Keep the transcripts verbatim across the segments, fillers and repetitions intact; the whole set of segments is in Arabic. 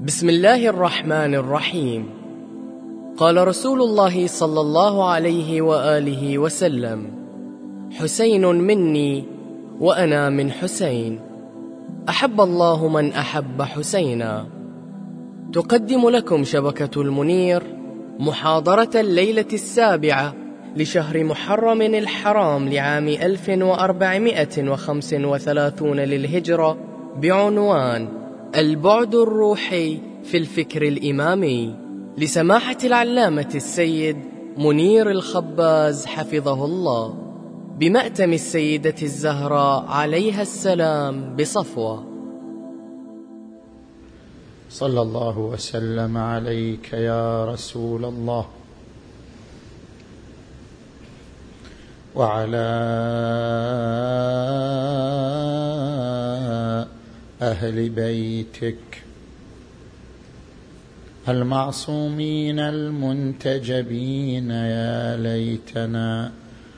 بسم الله الرحمن الرحيم. قال رسول الله صلى الله عليه وآله وسلم: حسين مني وأنا من حسين، أحب الله من أحب حسينا. تقدم لكم شبكة المنير محاضرة الليلة السابعة لشهر محرم الحرام لعام ألف وأربعمائة وخمس وثلاثين للهجرة بعنوان البعد الروحي في الفكر الإمامي، لسماحة العلامة السيد منير الخباز حفظه الله، بمأتم السيدة الزهراء عليها السلام بصفوة. صلى الله وسلم عليك يا رسول الله وعلى أهل بيتك المعصومين المنتجبين. يا ليتنا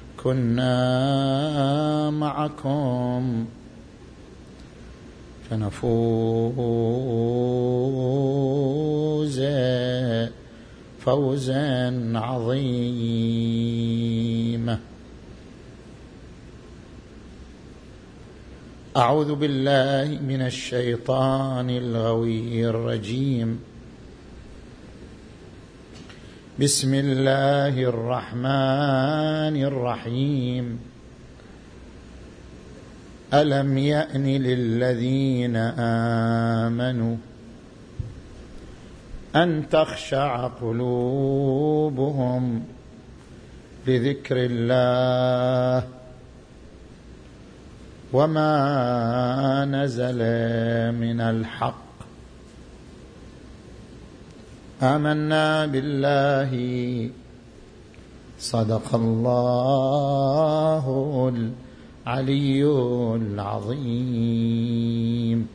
كنا معكم فنفوز فوزا عظيما. أعوذ بالله من الشيطان الغوي الرجيم. بسم الله الرحمن الرحيم. ألم يأن للذين آمنوا أن تخشع قلوبهم لذكر الله وما نزل من الحق. آمنا بالله صدق الله العلي العظيم.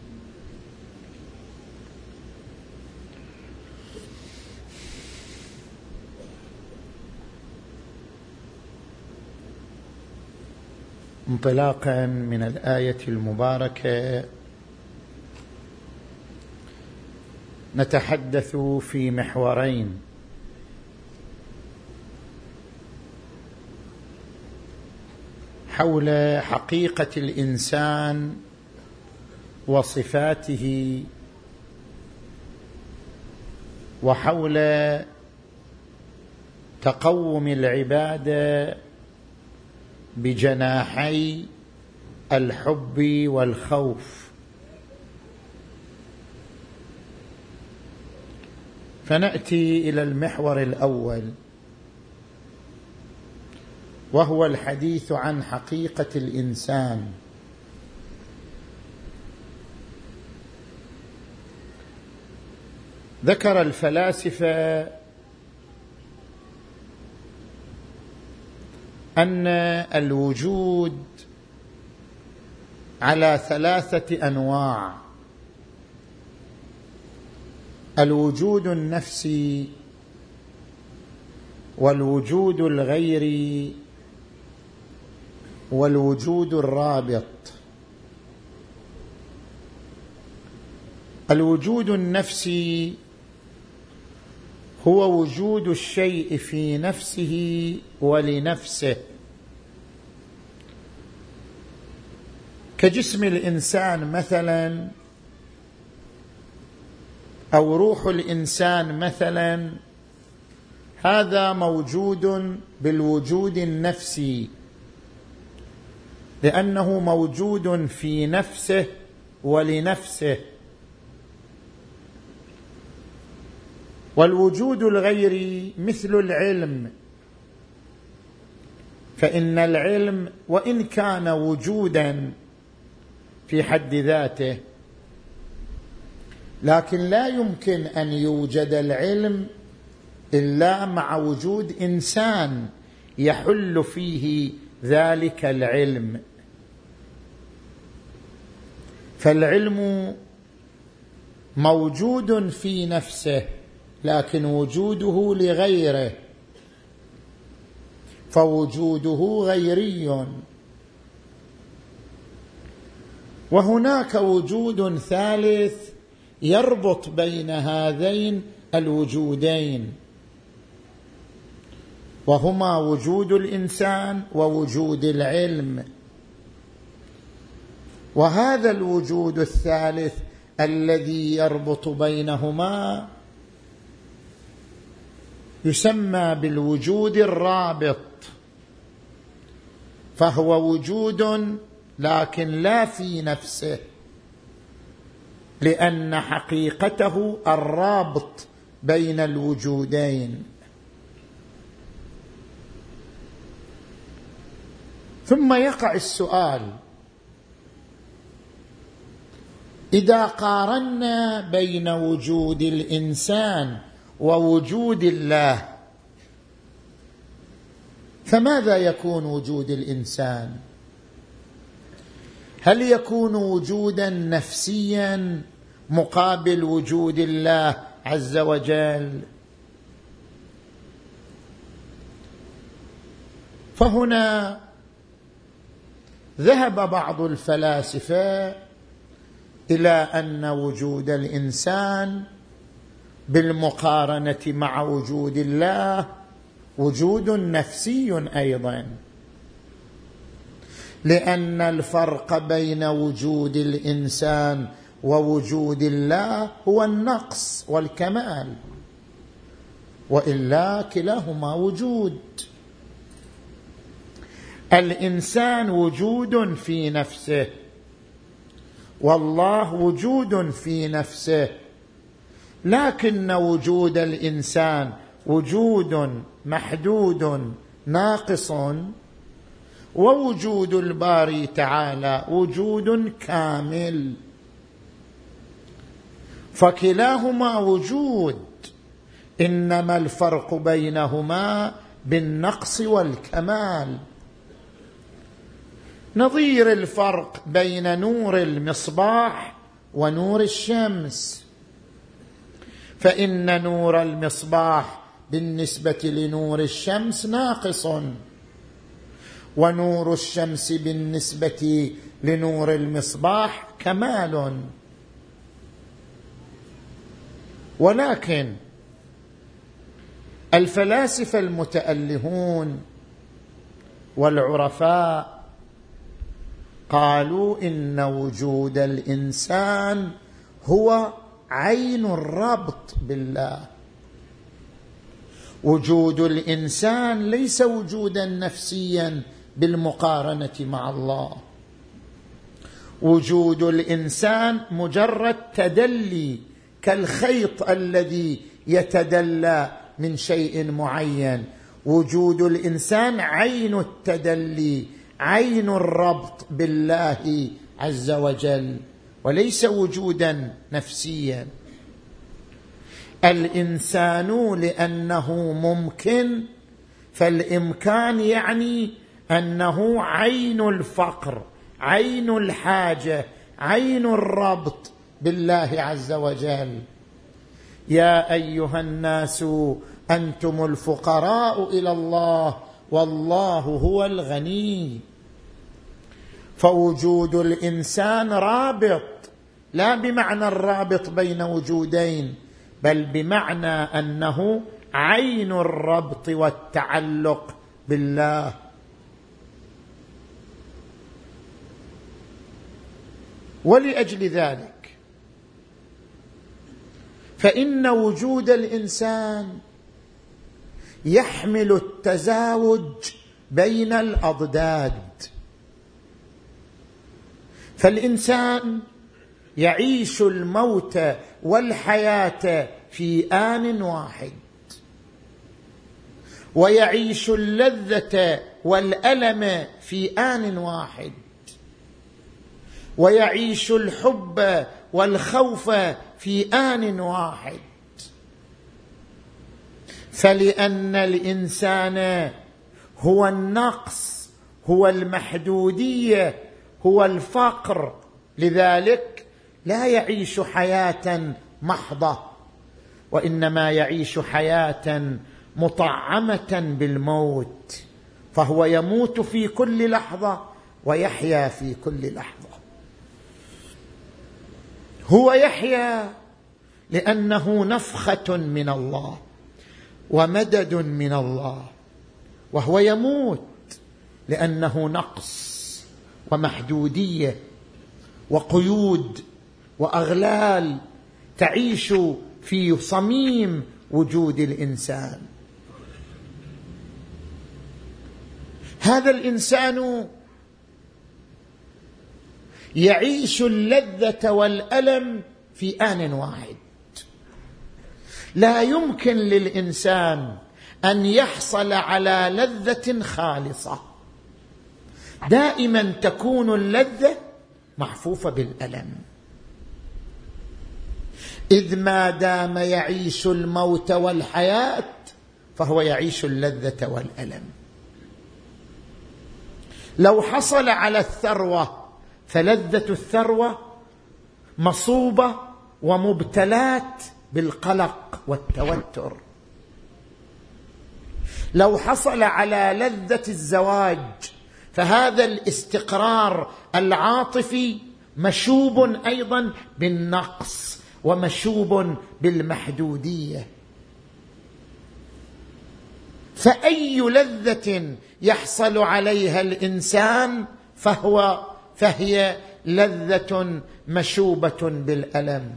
انطلاقا من الآية المباركة نتحدث في محورين: حول حقيقة الإنسان وصفاته، وحول تقوم العبادة بجناحي الحب والخوف. فنأتي إلى المحور الأول، وهو الحديث عن حقيقة الإنسان. ذكر الفلاسفة أن الوجود على ثلاثة أنواع: الوجود النفسي، والوجود الغيري، والوجود الرابط. الوجود النفسي هو وجود الشيء في نفسه ولنفسه، كجسم الإنسان مثلا، أو روح الإنسان مثلا. هذا موجود بالوجود النفسي لأنه موجود في نفسه ولنفسه. والوجود الغيري مثل العلم، فإن العلم وإن كان وجودا في حد ذاته، لكن لا يمكن أن يوجد العلم إلا مع وجود إنسان يحل فيه ذلك العلم. فالعلم موجود في نفسه لكن وجوده لغيره، فوجوده غيري. وهناك وجود ثالث يربط بين هذين الوجودين، وهما وجود الإنسان ووجود العلم. وهذا الوجود الثالث الذي يربط بينهما يسمى بالوجود الرابط، فهو وجود لكن لا في نفسه، لأن حقيقته الرابط بين الوجودين. ثم يقع السؤال: إذا قارنا بين وجود الإنسان ووجود الله، فماذا يكون وجود الإنسان؟ هل يكون وجودا نفسيا مقابل وجود الله عز وجل؟ فهنا ذهب بعض الفلاسفة إلى أن وجود الإنسان بالمقارنة مع وجود الله وجود نفسي أيضا، لأن الفرق بين وجود الإنسان ووجود الله هو النقص والكمال، وإلا كلاهما وجود. الإنسان وجود في نفسه، والله وجود في نفسه، لكن وجود الإنسان وجود محدود ناقص، ووجود الباري تعالى وجود كامل، فكلاهما وجود، إنما الفرق بينهما بالنقص والكمال. نظير الفرق بين نور المصباح ونور الشمس، فإن نور المصباح بالنسبة لنور الشمس ناقص، ونور الشمس بالنسبة لنور المصباح كمال. ولكن الفلاسفة المتألهون والعرفاء قالوا إن وجود الإنسان هو عين الربط بالله. وجود الإنسان ليس وجودا نفسيا بالمقارنة مع الله، وجود الإنسان مجرد تدلي، كالخيط الذي يتدلى من شيء معين. وجود الإنسان عين التدلي، عين الربط بالله عز وجل، وليس وجودا نفسيا. الإنسان لأنه ممكن، فالإمكان يعني أنه عين الفقر، عين الحاجة، عين الربط بالله عز وجل. يا أيها الناس أنتم الفقراء إلى الله والله هو الغني. فوجود الإنسان رابط، لا بمعنى الرابط بين وجودين، بل بمعنى أنه عين الربط والتعلق بالله. ولأجل ذلك فإن وجود الإنسان يحمل التزاوج بين الأضداد، فالإنسان يعيش الموت والحياة في آن واحد، ويعيش اللذة والألم في آن واحد، ويعيش الحب والخوف في آن واحد. فلأن الإنسان هو النقص، هو المحدودية، هو الفقر، لذلك لا يعيش حياة محضة، وإنما يعيش حياة مطعمة بالموت، فهو يموت في كل لحظة ويحيا في كل لحظة. هو يحيا لأنه نفخة من الله ومدد من الله، وهو يموت لأنه نقص ومحدودية وقيود وأغلال تعيش في صميم وجود الإنسان. هذا الإنسان يعيش اللذة والألم في آن واحد. لا يمكن للإنسان أن يحصل على لذة خالصة، دائما تكون اللذة محفوفة بالألم، إذ ما دام يعيش الموت والحياة فهو يعيش اللذة والألم. لو حصل على الثروة فلذة الثروة مصوبة ومبتلات بالقلق والتوتر. لو حصل على لذة الزواج فهذا الاستقرار العاطفي مشوب أيضا بالنقص ومشوب بالمحدودية. فأي لذة يحصل عليها الإنسان فهو فهي لذة مشوبة بالألم.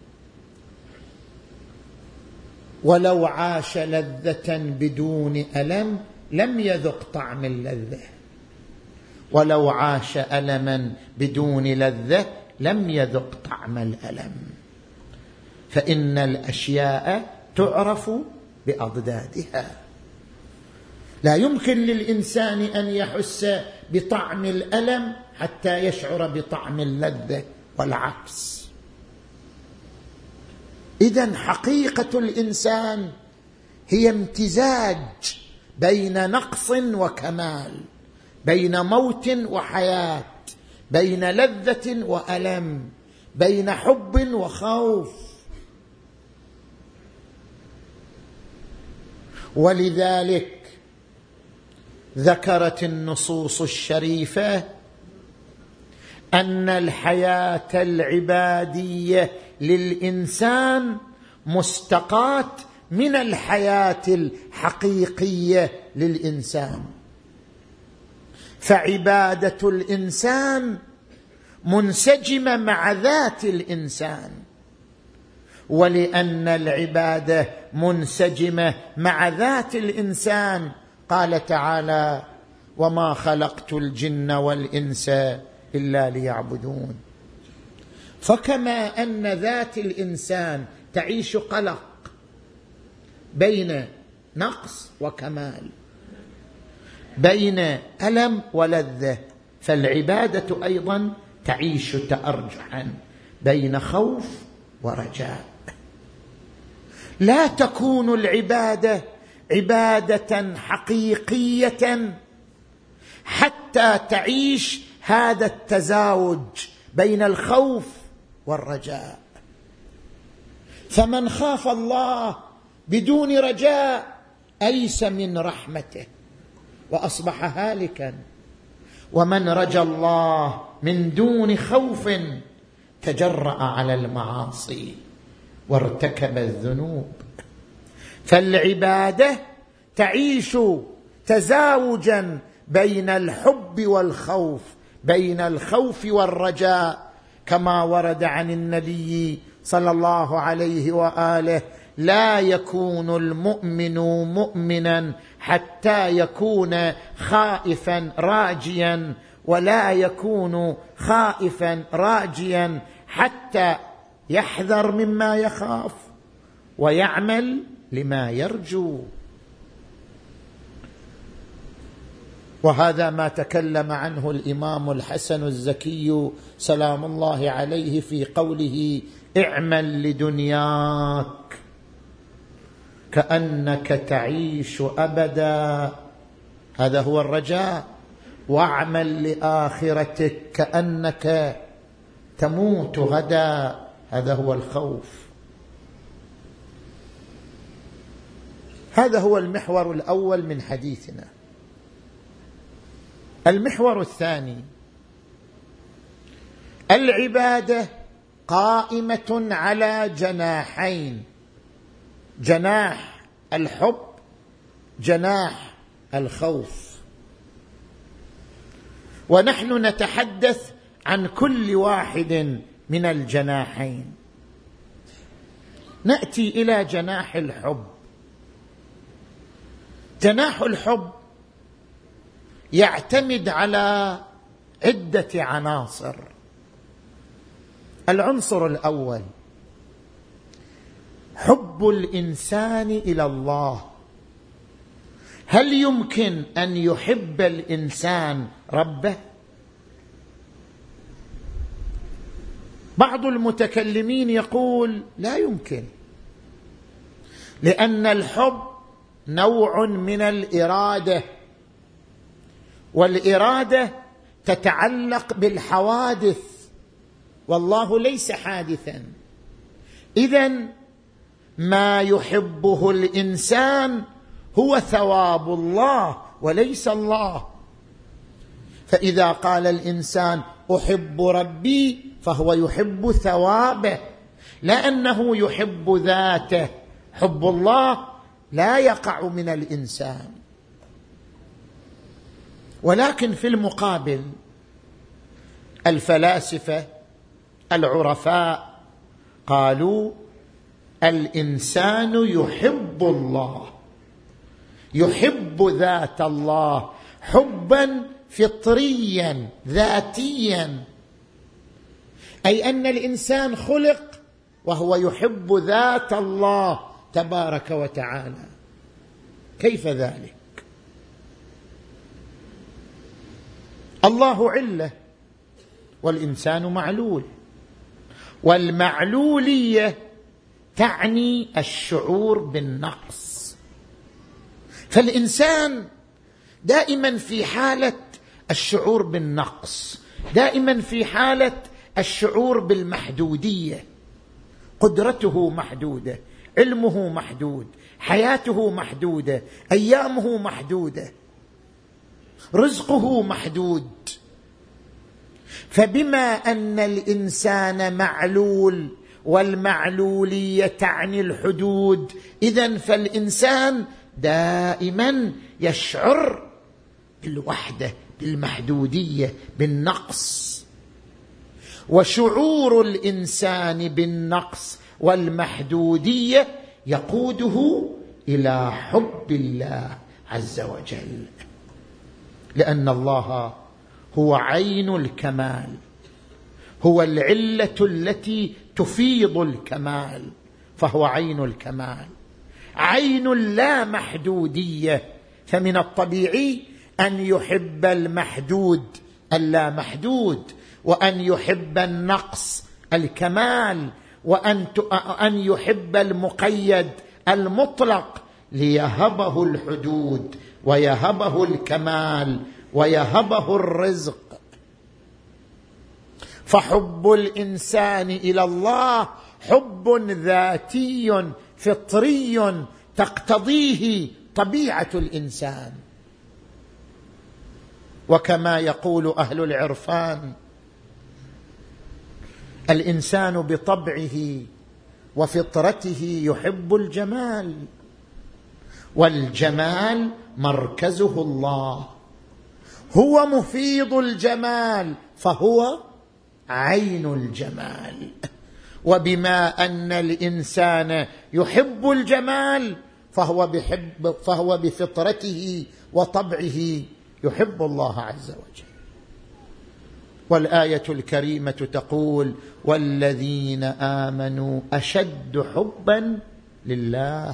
ولو عاش لذة بدون ألم لم يذق طعم اللذة، ولو عاش ألما بدون لذة لم يذق طعم الألم. فإن الأشياء تعرف بأضدادها. لا يمكن للإنسان أن يحس بطعم الألم حتى يشعر بطعم اللذة والعكس. إذن حقيقة الإنسان هي امتزاج بين نقص وكمال، بين موت وحياة، بين لذة وألم، بين حب وخوف. ولذلك ذكرت النصوص الشريفة أن الحياة العبادية للإنسان مستقاة من الحياة الحقيقية للإنسان، فعبادة الإنسان منسجمة مع ذات الإنسان. ولأن العبادة منسجمة مع ذات الإنسان قال تعالى: وما خلقت الجن والإنس إلا ليعبدون. فكما أن ذات الإنسان تعيش قلق بين نقص وكمال، بين ألم ولذة، فالعبادة أيضا تعيش تأرجحا بين خوف ورجاء. لا تكون العبادة عبادة حقيقية حتى تعيش هذا التزاوج بين الخوف والرجاء. فمن خاف الله بدون رجاء أيس من رحمته وأصبح هالكا، ومن رجا الله من دون خوف تجرأ على المعاصي وارتكب الذنوب. فالعبادة تعيش تزاوجا بين الحب والخوف، بين الخوف والرجاء، كما ورد عن النبي صلى الله عليه وآله: لا يكون المؤمن مؤمنا حتى يكون خائفا راجيا، ولا يكون خائفا راجيا حتى يحذر مما يخاف ويعمل لما يرجو. وهذا ما تكلم عنه الإمام الحسن الزكي سلام الله عليه في قوله: اعمل لدنياك كأنك تعيش أبدا، هذا هو الرجاء، واعمل لآخرتك كأنك تموت غدا، هذا هو الخوف. هذا هو المحور الأول من حديثنا. المحور الثاني: العبادة قائمة على جناحين: جناح الحب، جناح الخوف. ونحن نتحدث عن كل واحد من الجناحين. نأتي إلى جناح الحب. جناح الحب يعتمد على عدة عناصر. العنصر الأول حب الإنسان إلى الله. هل يمكن أن يحب الإنسان ربه؟ بعض المتكلمين يقول لا يمكن، لأن الحب نوع من الإرادة، والإرادة تتعلق بالحوادث، والله ليس حادثا. إذن ما يحبه الإنسان هو ثواب الله وليس الله. فإذا قال الإنسان أحب ربي فهو يحب ثوابه، لا أنه يحب ذاته. حب الله لا يقع من الإنسان. ولكن في المقابل الفلاسفة العرفاء قالوا الإنسان يحب الله، يحب ذات الله حبا فطريا ذاتيا، أي أن الإنسان خلق وهو يحب ذات الله تبارك وتعالى. كيف ذلك؟ الله علة والإنسان معلول، والمعلولية تعني الشعور بالنقص. فالإنسان دائما في حالة الشعور بالنقص، دائما في حالة الشعور بالمحدودية. قدرته محدودة، علمه محدود، حياته محدودة، أيامه محدودة، رزقه محدود. فبما أن الإنسان معلول والمعلولية تعني الحدود، إذن فالإنسان دائما يشعر بالوحدة، بالمحدودية، بالنقص. وشعور الإنسان بالنقص والمحدودية يقوده إلى حب الله عز وجل، لأن الله هو عين الكمال، هو العلة التي تفيض الكمال، فهو عين الكمال، عين لا محدودية. فمن الطبيعي أن يحب المحدود اللا محدود، وأن يحب النقص الكمال، وأن أن يحب المقيد المطلق، ليهبه الحدود ويهبه الكمال ويهبه الرزق. فحب الإنسان إلى الله حب ذاتي فطري تقتضيه طبيعة الإنسان. وكما يقول أهل العرفان: الإنسان بطبعه وفطرته يحب الجمال، والجمال مركزه الله، هو مفيض الجمال فهو عين الجمال. وبما أن الإنسان يحب الجمال فهو, بحب فهو بفطرته وطبعه يحب الله عز وجل. والآية الكريمة تقول: والذين آمنوا أشد حبا لله.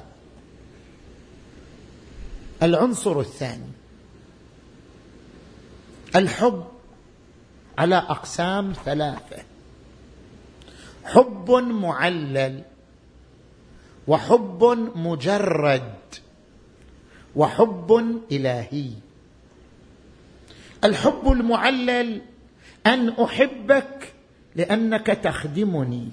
العنصر الثاني الحب على أقسام ثلاثة: حب معلل، وحب مجرد، وحب إلهي. الحب المعلل أن أحبك لأنك تخدمني.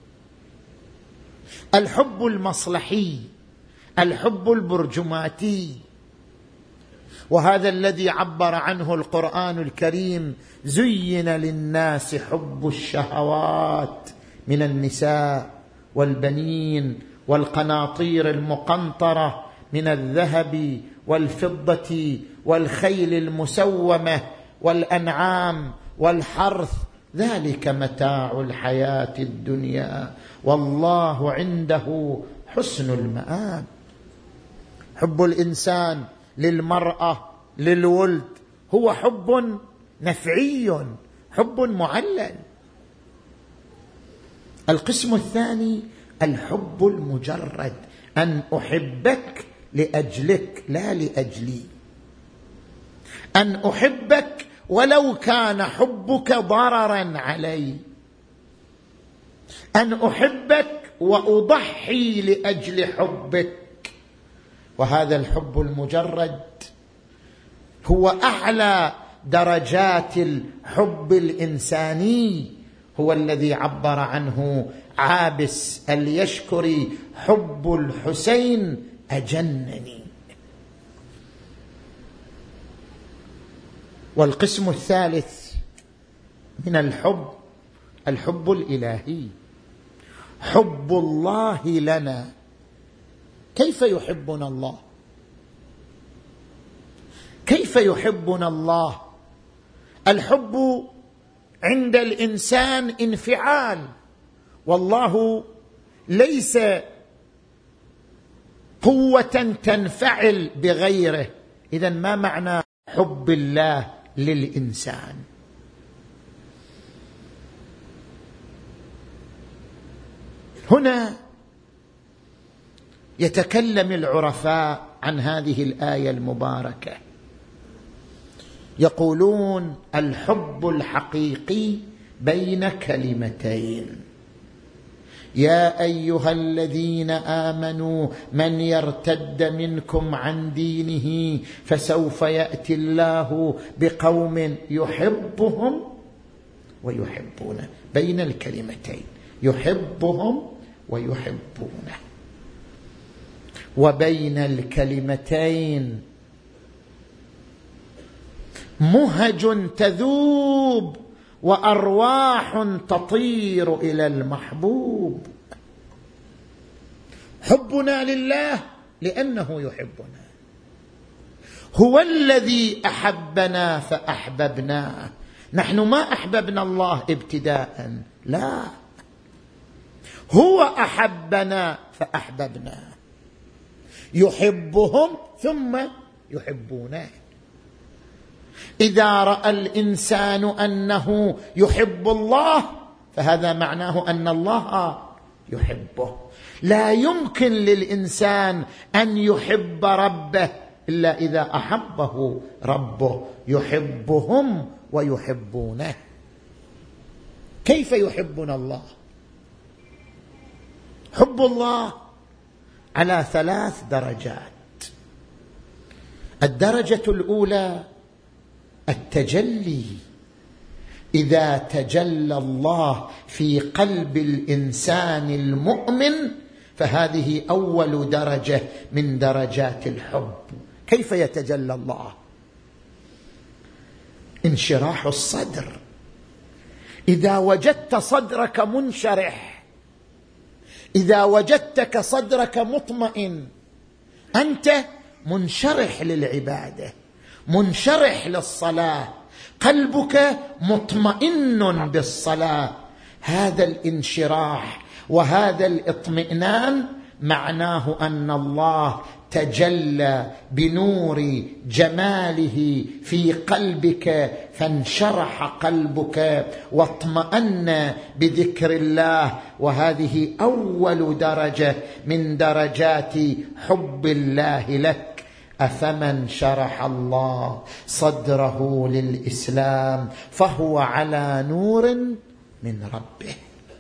الحب المصلحي، الحب البرجماتي، وهذا الذي عبر عنه القرآن الكريم: زين للناس حب الشهوات من النساء والبنين والقناطير المقنطرة من الذهب والفضة والخيل المسومة والأنعام والحرث، ذلك متاع الحياة الدنيا والله عنده حسن المآب. حب الإنسان للمرأة للولد هو حب نفعي، حب معلل. القسم الثاني الحب المجرد، أن أحبك لأجلك لا لأجلي، أن أحبك ولو كان حبك ضررا علي، أن أحبك وأضحي لأجل حبك. وهذا الحب المجرد هو أعلى درجات الحب الإنساني، هو الذي عبر عنه عابس اليشكري: حب الحسين أجنني. والقسم الثالث من الحب الحب الإلهي، حب الله لنا. كيف يحبنا الله؟ كيف يحبنا الله؟ الحب عند الإنسان انفعال، والله ليس قوة تنفعل بغيره. إذن ما معنى حب الله للإنسان؟ هنا يتكلم العرفاء عن هذه الآية المباركة، يقولون: الحب الحقيقي بين كلمتين، يا أيها الذين آمنوا من يرتد منكم عن دينه فسوف يأتي الله بقوم يحبهم ويحبونه. بين الكلمتين يحبهم ويحبونه، وبين الكلمتين مهج تذوب وأرواح تطير إلى المحبوب. حبنا لله لأنه يحبنا، هو الذي أحبنا فأحببناه. نحن ما أحببنا الله ابتداء، لا، هو أحبنا فأحببناه. يحبهم ثم يحبونه. إذا رأى الإنسان أنه يحب الله فهذا معناه أن الله يحبه. لا يمكن للإنسان أن يحب ربه إلا إذا أحبه ربه. يحبهم ويحبونه. كيف يحبنا الله؟ حب الله على ثلاث درجات. الدرجة الأولى التجلي، إذا تجلى الله في قلب الإنسان المؤمن فهذه أول درجة من درجات الحب. كيف يتجلى الله؟ انشراح الصدر. إذا وجدت صدرك منشرح، إذا وجدتك صدرك مطمئن، أنت منشرح للعبادة، منشرح للصلاة، قلبك مطمئن بالصلاة. هذا الانشراح وهذا الاطمئنان معناه أن الله تجلى بنور جماله في قلبك فانشرح قلبك واطمأن بذكر الله. وهذه أول درجة من درجات حب الله لك. أفمن شرح الله صدره للإسلام فهو على نور من ربه،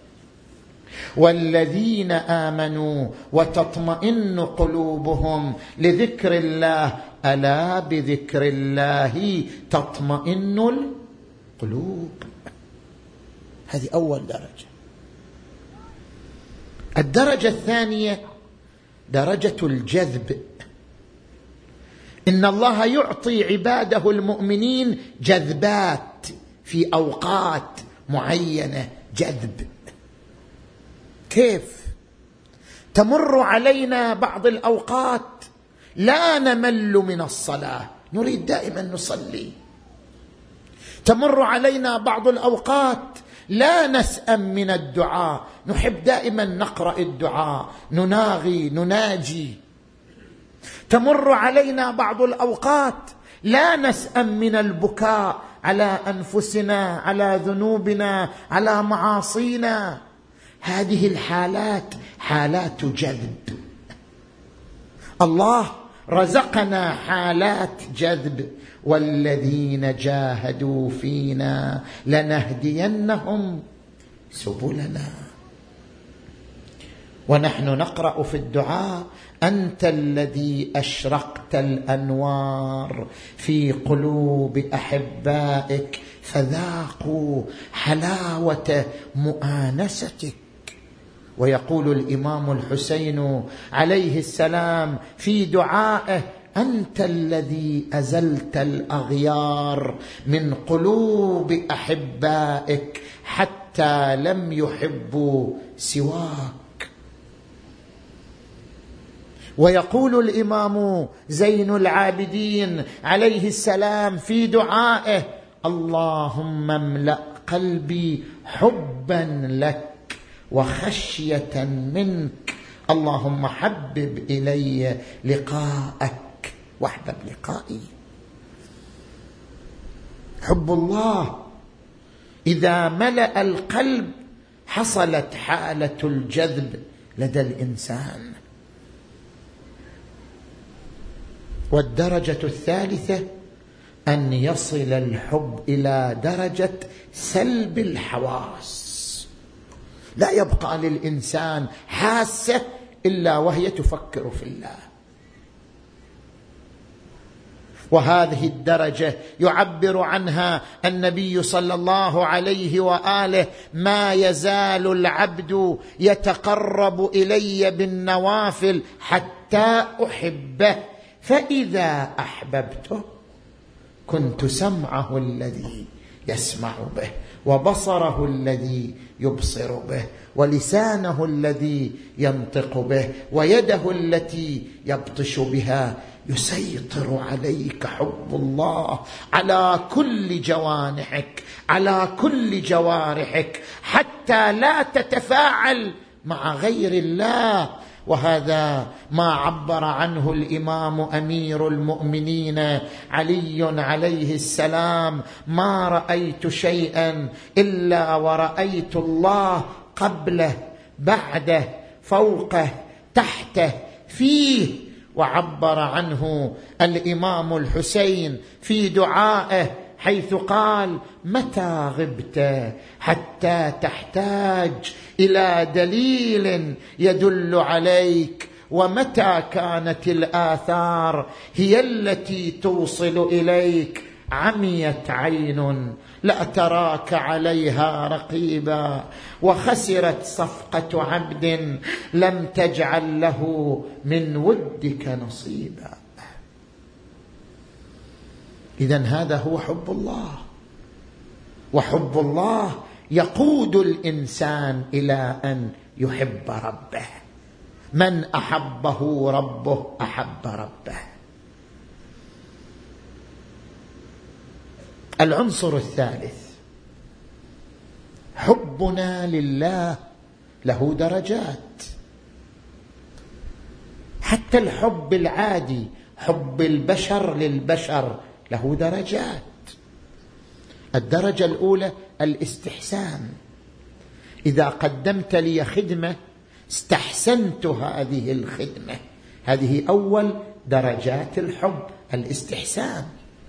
والذين آمنوا وتطمئن قلوبهم لذكر الله ألا بذكر الله تطمئن القلوب. هذه أول درجة. الدرجة الثانية درجة الجذب. إن الله يعطي عباده المؤمنين جذبات في أوقات معينة، جذب. كيف؟ تمر علينا بعض الأوقات لا نمل من الصلاة، نريد دائما نصلي. تمر علينا بعض الأوقات لا نسأم من الدعاء، نحب دائما نقرأ الدعاء، نناغي نناجي. تمر علينا بعض الأوقات لا نسأم من البكاء على أنفسنا، على ذنوبنا، على معاصينا. هذه الحالات حالات جذب. الله رزقنا حالات جذب، والذين جاهدوا فينا لنهدينهم سبلنا. ونحن نقرأ في الدعاء: أنت الذي أشرقت الأنوار في قلوب أحبائك فذاقوا حلاوة مؤانستك. ويقول الإمام الحسين عليه السلام في دعائه: أنت الذي أزلت الأغيار من قلوب أحبائك حتى لم يحبوا سواك. ويقول الإمام زين العابدين عليه السلام في دعائه: اللهم املأ قلبي حبا لك وخشية منك، اللهم حبب إلي لقاءك واحبب لقائي. حب الله إذا ملأ القلب حصلت حالة الجذب لدى الإنسان. والدرجة الثالثة أن يصل الحب إلى درجة سلب الحواس، لا يبقى للإنسان حاسة إلا وهي تفكر في الله. وهذه الدرجة يعبر عنها النبي صلى الله عليه وآله: ما يزال العبد يتقرب إلي بالنوافل حتى أحبه، فإذا أحببته كنت سمعه الذي يسمع به، وبصره الذي يبصر به، ولسانه الذي ينطق به، ويده التي يبطش بها. يسيطر عليك حب الله على كل جوانحك، على كل جوارحك، حتى لا تتفاعل مع غير الله. وهذا ما عبر عنه الإمام أمير المؤمنين علي عليه السلام: ما رأيت شيئا إلا ورأيت الله قبله بعده فوقه تحته فيه. وعبر عنه الإمام الحسين في دعائه حيث قال: متى غبت حتى تحتاج إلى دليل يدل عليك، ومتى كانت الآثار هي التي توصل إليك، عميت عين لا تراك عليها رقيبا، وخسرت صفقة عبد لم تجعل له من ودك نصيبا. إذن هذا هو حب الله. وحب الله يقود الإنسان إلى أن يحب ربه. من أحبه ربه أحب ربه. العنصر الثالث: حبنا لله له درجات. حتى الحب العادي، حب البشر للبشر، له درجات. الدرجة الأولى الاستحسان. إذا قدمت لي خدمة استحسنت هذه الخدمة، هذه أول درجات الحب، الاستحسان.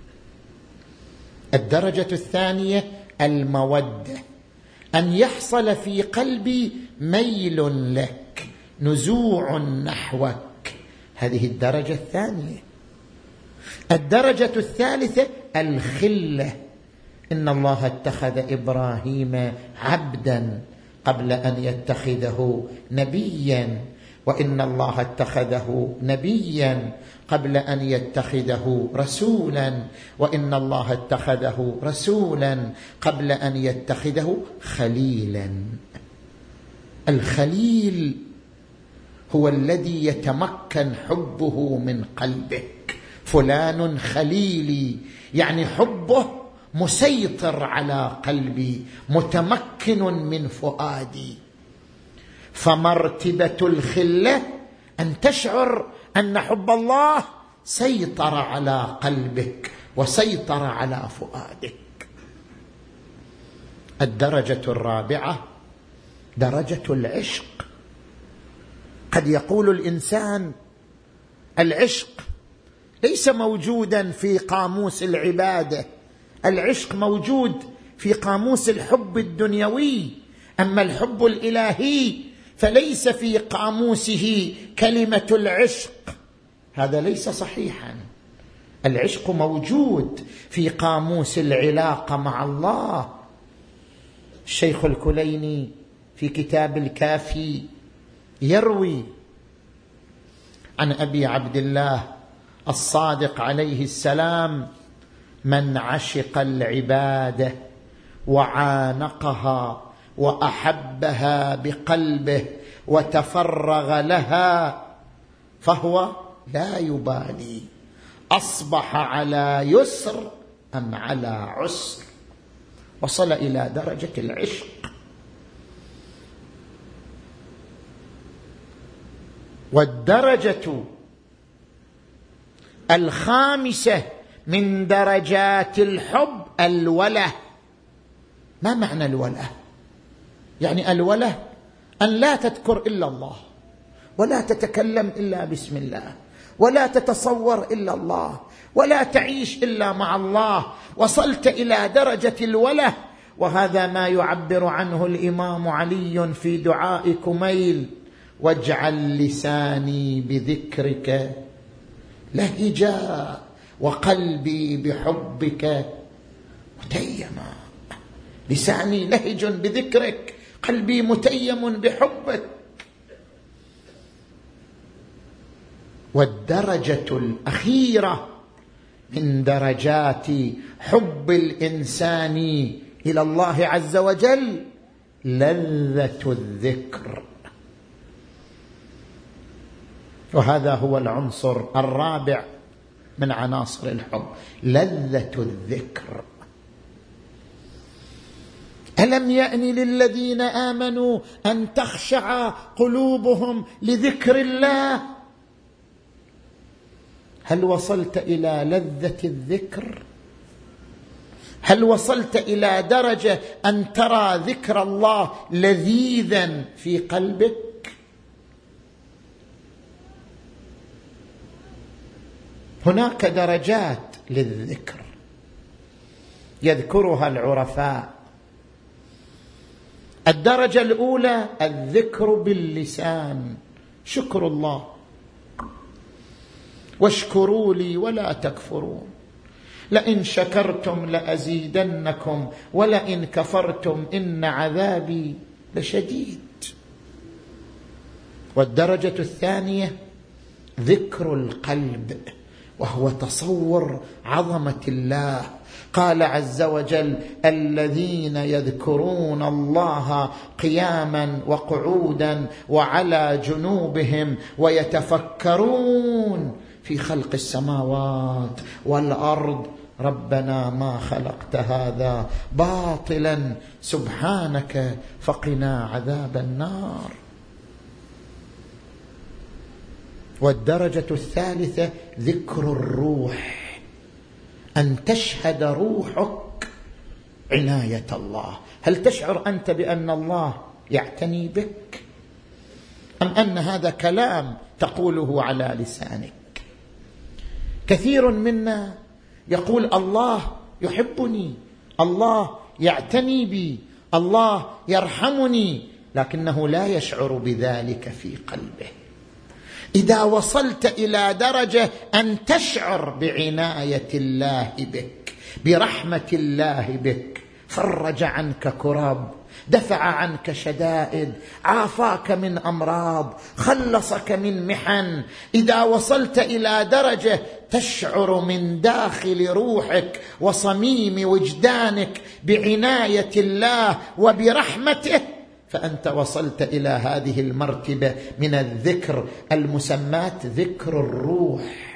الدرجة الثانية المودة، أن يحصل في قلبي ميل لك، نزوع نحوك، هذه الدرجة الثانية. الدرجة الثالثة الخلة. إن الله اتخذ إبراهيم عبدا قبل أن يتخذه نبيا، وإن الله اتخذه نبيا قبل أن يتخذه رسولا، وإن الله اتخذه رسولا قبل أن يتخذه خليلا. الخليل هو الذي يتمكن حبه من قلبك. فلان خليلي يعني حبه مسيطر على قلبي، متمكن من فؤادي. فمرتبة الخلة أن تشعر أن حب الله سيطر على قلبك وسيطر على فؤادك. الدرجة الرابعة درجة العشق. قد يقول الإنسان العشق ليس موجودا في قاموس العبادة، العشق موجود في قاموس الحب الدنيوي، أما الحب الإلهي فليس في قاموسه كلمة العشق. هذا ليس صحيحا. العشق موجود في قاموس العلاقة مع الله. الشيخ الكليني في كتاب الكافي يروي عن أبي عبد الله الصادق عليه السلام: من عشق العبادة وعانقها وأحبها بقلبه وتفرغ لها فهو لا يبالي أصبح على يسر أم على عسر. وصل إلى درجة العشق. والدرجة الخامسة من درجات الحب الوله. ما معنى الوله؟ يعني الوله أن لا تذكر إلا الله، ولا تتكلم إلا بسم الله، ولا تتصور إلا الله، ولا تعيش إلا مع الله. وصلت إلى درجة الوله، وهذا ما يعبر عنه الإمام علي في دعاء كميل: واجعل لساني بذكرك لهجا وقلبي بحبك متيما. لساني لهج بذكرك، قلبي متيم بحبك. والدرجة الأخيرة من درجات حب الإنسان إلى الله عز وجل لذة الذكر. وهذا هو العنصر الرابع من عناصر الحب، لذة الذكر. ألم يأن للذين آمنوا أن تخشع قلوبهم لذكر الله؟ هل وصلت إلى لذة الذكر؟ هل وصلت إلى درجة أن ترى ذكر الله لذيذا في قلبك؟ هناك درجات للذكر يذكرها العرفاء. الدرجة الأولى الذكر باللسان، شكر الله: واشكروا لي ولا تكفرون، لئن شكرتم لأزيدنكم ولئن كفرتم إن عذابي لشديد. والدرجة الثانية ذكر القلب، وهو تصور عظمة الله. قال عز وجل: الذين يذكرون الله قياما وقعودا وعلى جنوبهم ويتفكرون في خلق السماوات والأرض ربنا ما خلقت هذا باطلا سبحانك فقنا عذاب النار. والدرجة الثالثة ذكر الروح، أن تشهد روحك عناية الله. هل تشعر أنت بأن الله يعتني بك، أم أن هذا كلام تقوله على لسانك؟ كثير منا يقول الله يحبني، الله يعتني بي، الله يرحمني، لكنه لا يشعر بذلك في قلبه. إذا وصلت إلى درجة أن تشعر بعناية الله بك، برحمة الله بك، فرج عنك كرب، دفع عنك شدائد، عافاك من أمراض، خلصك من محن، إذا وصلت إلى درجة تشعر من داخل روحك وصميم وجدانك بعناية الله وبرحمته، فأنت وصلت إلى هذه المرتبة من الذكر المسمات ذكر الروح.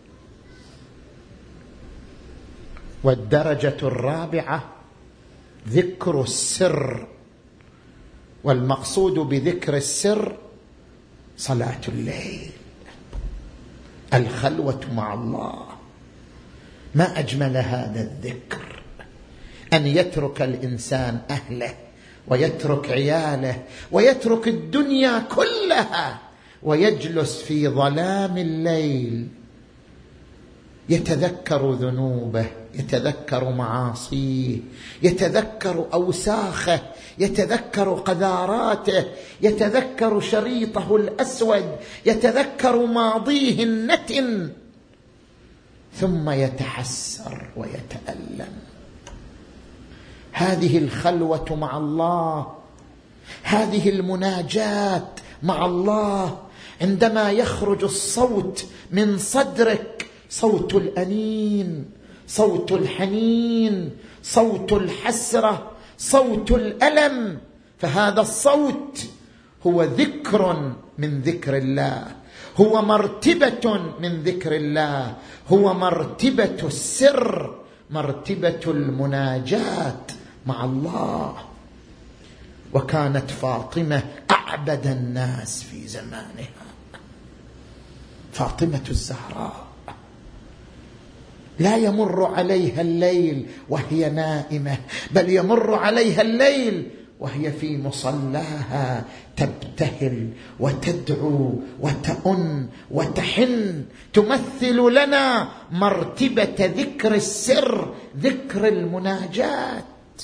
والدرجة الرابعة ذكر السر، والمقصود بذكر السر صلاة الليل، الخلوة مع الله. ما أجمل هذا الذكر، أن يترك الإنسان أهله ويترك عياله ويترك الدنيا كلها ويجلس في ظلام الليل يتذكر ذنوبه، يتذكر معاصيه، يتذكر أوساخه، يتذكر قذاراته، يتذكر شريطه الأسود، يتذكر ماضيه النتن، ثم يتحسر ويتألم. هذه الخلوة مع الله، هذه المناجاة مع الله، عندما يخرج الصوت من صدرك، صوت الأنين، صوت الحنين، صوت الحسرة، صوت الألم، فهذا الصوت هو ذكر من ذكر الله، هو مرتبة من ذكر الله، هو مرتبة السر، مرتبة المناجاة مع الله. وكانت فاطمة أعبد الناس في زمانها، فاطمة الزهراء لا يمر عليها الليل وهي نائمة، بل يمر عليها الليل وهي في مصلاها تبتهل وتدعو وتأن وتحن، تمثل لنا مرتبة ذكر السر، ذكر المناجاة.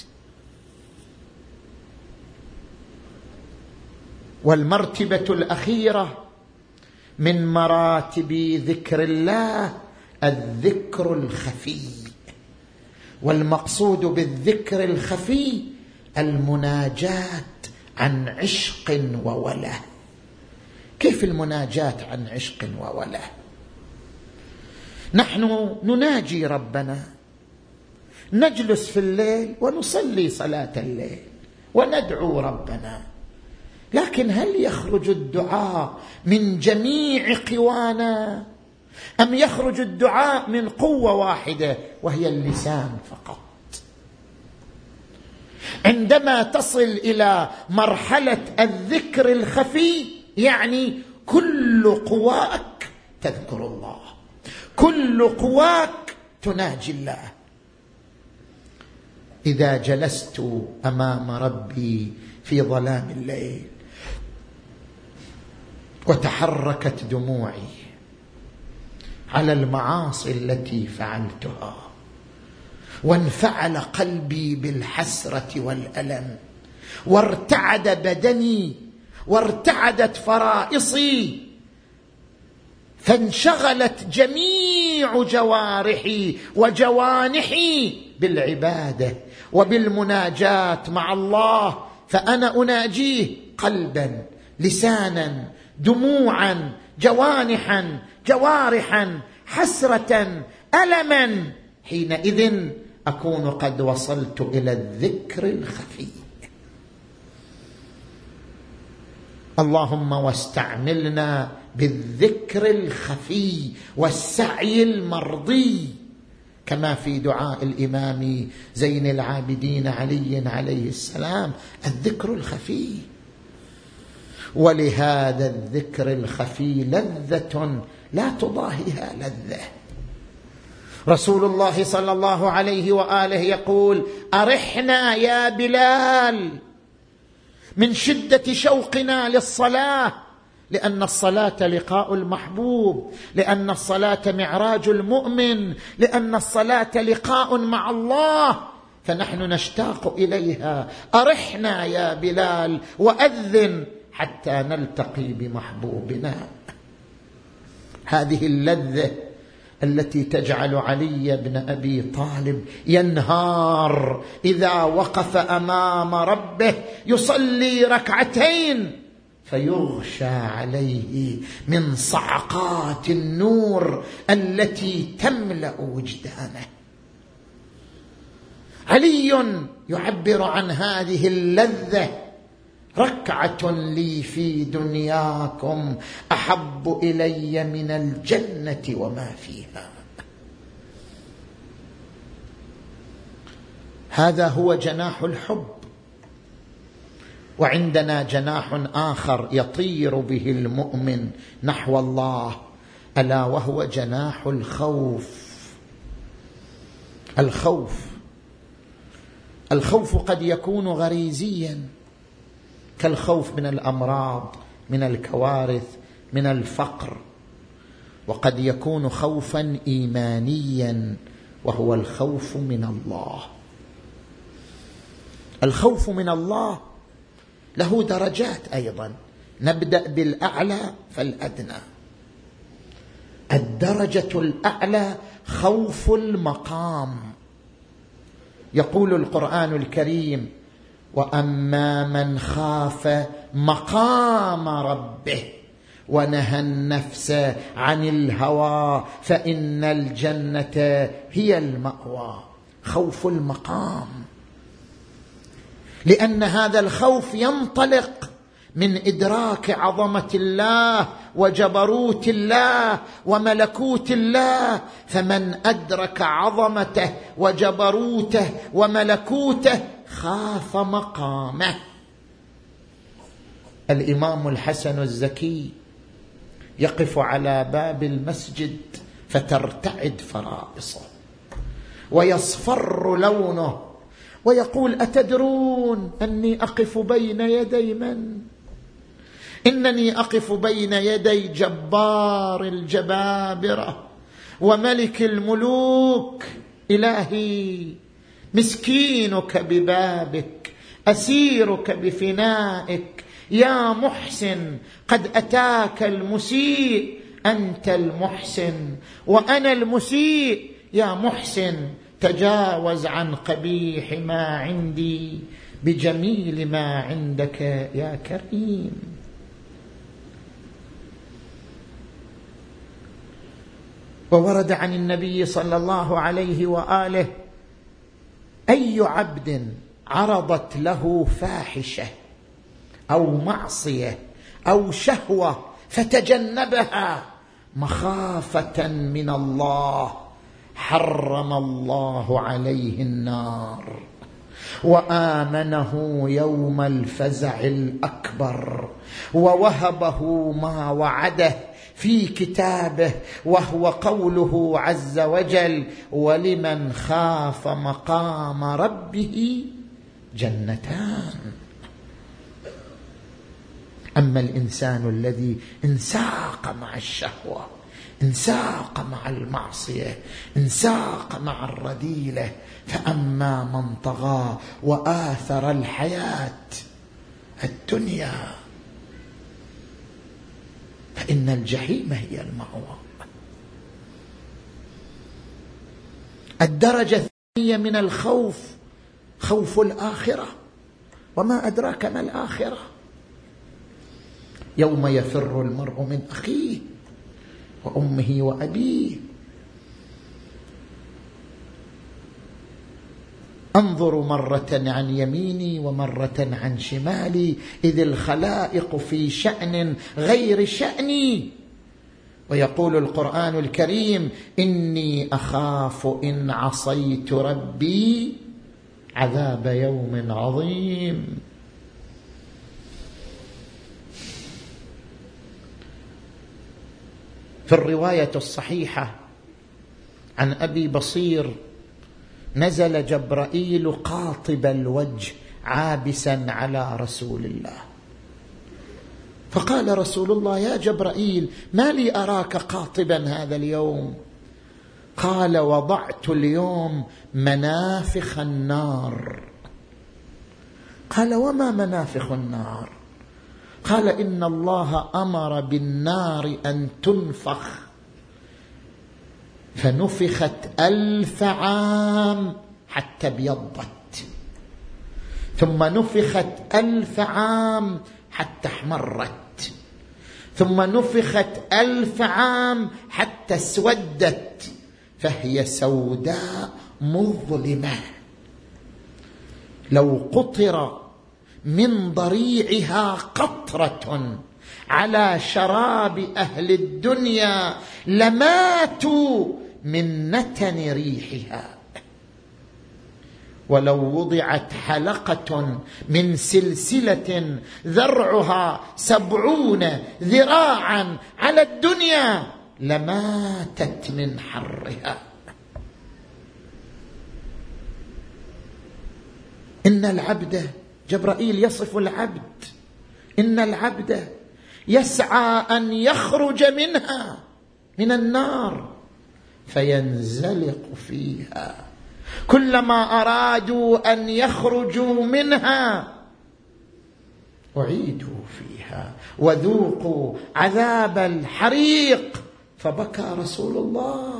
والمرتبة الأخيرة من مراتب ذكر الله الذكر الخفي، والمقصود بالذكر الخفي المناجاة عن عشق ووله. كيف المناجاة عن عشق ووله؟ نحن نناجي ربنا، نجلس في الليل ونصلي صلاة الليل وندعو ربنا، لكن هل يخرج الدعاء من جميع قوانا، أم يخرج الدعاء من قوة واحدة وهي اللسان فقط؟ عندما تصل إلى مرحلة الذكر الخفي يعني كل قواك تذكر الله، كل قواك تناجي الله. إذا جلست أمام ربي في ظلام الليل وتحركت دموعي على المعاصي التي فعلتها، وانفعل قلبي بالحسرة والألم، وارتعد بدني وارتعدت فرائصي، فانشغلت جميع جوارحي وجوانحي بالعبادة وبالمناجاة مع الله، فأنا أناجيه قلبا، لسانا، دموعا، جوانحا، جوارحا، حسرة، ألما، حينئذ أكون قد وصلت إلى الذكر الخفي. اللهم واستعملنا بالذكر الخفي والسعي المرضي، كما في دعاء الإمام زين العابدين علي عليه السلام، الذكر الخفي. ولهذا الذكر الخفي لذة لا تضاهيها لذة. رسول الله صلى الله عليه وآله يقول: أرحنا يا بلال من شدة شوقنا للصلاة، لأن الصلاة لقاء المحبوب، لأن الصلاة معراج المؤمن، لأن الصلاة لقاء مع الله، فنحن نشتاق إليها. أرحنا يا بلال وأذن حتى نلتقي بمحبوبنا. هذه اللذة التي تجعل علي بن أبي طالب ينهار إذا وقف أمام ربه يصلي ركعتين فيغشى عليه من صعقات النور التي تملأ وجدانه. علي يعبر عن هذه اللذة ركعة لي في دنياكم أحب إلي من الجنة وما فيها. هذا هو جناح الحب. وعندنا جناح آخر يطير به المؤمن نحو الله، ألا وهو جناح الخوف. الخوف الخوف قد يكون غريزيا، كالخوف من الأمراض، من الكوارث، من الفقر، وقد يكون خوفا إيمانيا وهو الخوف من الله. الخوف من الله له درجات أيضا، نبدأ بالأعلى فالأدنى. الدرجة الأعلى خوف المقام. يقول القرآن الكريم: وأما من خاف مقام ربه ونهى النفس عن الهوى فإن الجنة هي المأوى. خوف المقام، لأن هذا الخوف ينطلق من إدراك عظمة الله وجبروت الله وملكوت الله، فمن أدرك عظمته وجبروته وملكوته خاف مقامه. الإمام الحسن الزكي يقف على باب المسجد فترتعد فرائصه ويصفر لونه ويقول: أتدرون أني أقف بين يدي من؟ إنني أقف بين يدي جبار الجبابرة وملك الملوك. إلهي، مسكينك ببابك، أسيرك بفنائك، يا محسن قد أتاك المسيء، أنت المحسن وأنا المسيء، يا محسن تجاوز عن قبيح ما عندي بجميل ما عندك يا كريم. وورد عن النبي صلى الله عليه وآله: أي عبد عرضت له فاحشة أو معصية أو شهوة فتجنبها مخافة من الله حرم الله عليه النار وآمنه يوم الفزع الأكبر ووهبه ما وعده في كتابه، وهو قوله عز وجل: ولمن خاف مقام ربه جنتان. أما الإنسان الذي انساق مع الشهوة، انساق مع المعصية، انساق مع الرذيلة، فأما من طغى وآثر الحياة الدنيا فإن الجحيم هي المأوى. الدرجة الثانية من الخوف خوف الآخرة. وما أدراك ما الآخرة؟ يوم يفر المرء من أخيه وأمه وأبيه. أنظر مرة عن يميني ومرة عن شمالي إذ الخلائق في شأن غير شأني. ويقول القرآن الكريم: إني أخاف إن عصيت ربي عذاب يوم عظيم. في الرواية الصحيحة عن أبي بصير: نزل جبرائيل قاطب الوجه عابسا على رسول الله، فقال رسول الله: يا جبرائيل، ما لي أراك قاطبا هذا اليوم؟ قال: وضعت اليوم منافخ النار. قال: وما منافخ النار؟ قال: إن الله أمر بالنار أن تنفخ، فنفخت ألف عام حتى ابيضت، ثم نفخت ألف عام حتى احمرت، ثم نفخت ألف عام حتى اسودت، فهي سوداء مظلمة. لو قطر من ضريعها قطرة على شراب أهل الدنيا لماتوا من نتن ريحها. ولو وضعت حلقة من سلسلة ذرعها سبعون ذراعا على الدنيا لماتت من حرها. إن العبد، جبرائيل يصف العبد، إن العبد يسعى أن يخرج منها من النار فينزلق فيها، كلما أرادوا أن يخرجوا منها أعيدوا فيها وذوقوا عذاب الحريق. فبكى رسول الله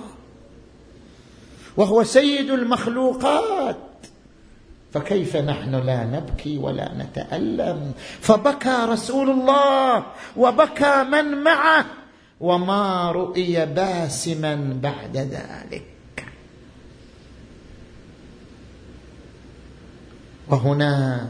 وهو سيد المخلوقات، فكيف نحن لا نبكي ولا نتألم؟ فبكى رسول الله وبكى من معه، وما رؤي باسما بعد ذلك. وهنا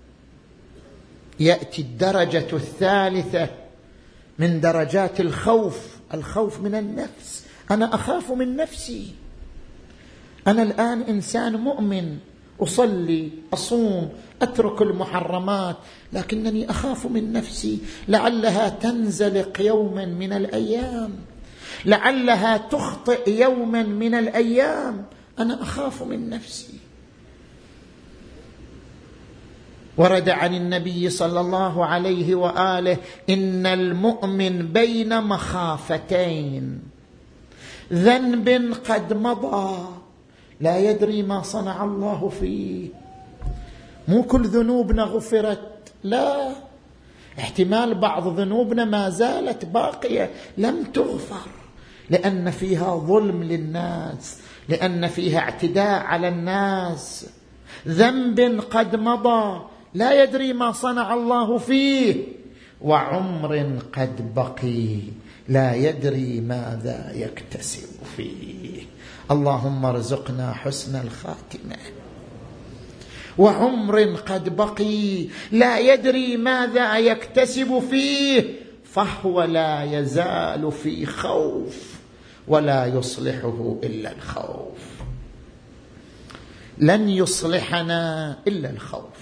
يأتي الدرجة الثالثة من درجات الخوف، الخوف من النفس. أنا أخاف من نفسي، أنا الآن إنسان مؤمن، أصلي، أصوم، أترك المحرمات، لكنني أخاف من نفسي، لعلها تنزلق يوما من الأيام، لعلها تخطئ يوما من الأيام. أنا أخاف من نفسي. ورد عن النبي صلى الله عليه وآله: إن المؤمن بين مخافتين، ذنب قد مضى لا يدري ما صنع الله فيه. مو كل ذنوبنا غفرت، لا، احتمال بعض ذنوبنا ما زالت باقية لم تغفر، لأن فيها ظلم للناس، لأن فيها اعتداء على الناس. ذنب قد مضى لا يدري ما صنع الله فيه، وعمر قد بقي لا يدري ماذا يكتسب فيه. اللهم ارزقنا حسن الخاتمة. وعمر قد بقي لا يدري ماذا يكتسب فيه، فهو لا يزال في خوف ولا يصلحه إلا الخوف. لن يصلحنا إلا الخوف.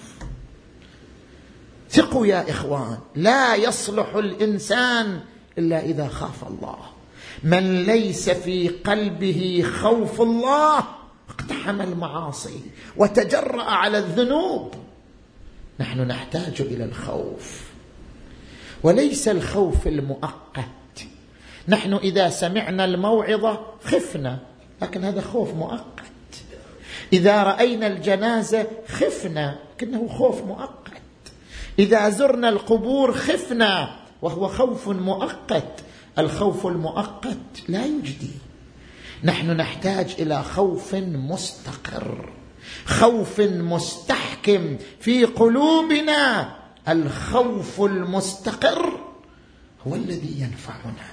ثقوا يا إخوان، لا يصلح الإنسان إلا إذا خاف الله. من ليس في قلبه خوف الله اقتحم المعاصي وتجرأ على الذنوب. نحن نحتاج إلى الخوف، وليس الخوف المؤقت. نحن إذا سمعنا الموعظة خفنا، لكن هذا خوف مؤقت. إذا رأينا الجنازة خفنا، لكنه خوف مؤقت. إذا زرنا القبور خفنا، وهو خوف مؤقت. الخوف المؤقت لا يجدي. نحن نحتاج إلى خوف مستقر، خوف مستحكم في قلوبنا. الخوف المستقر هو الذي ينفعنا.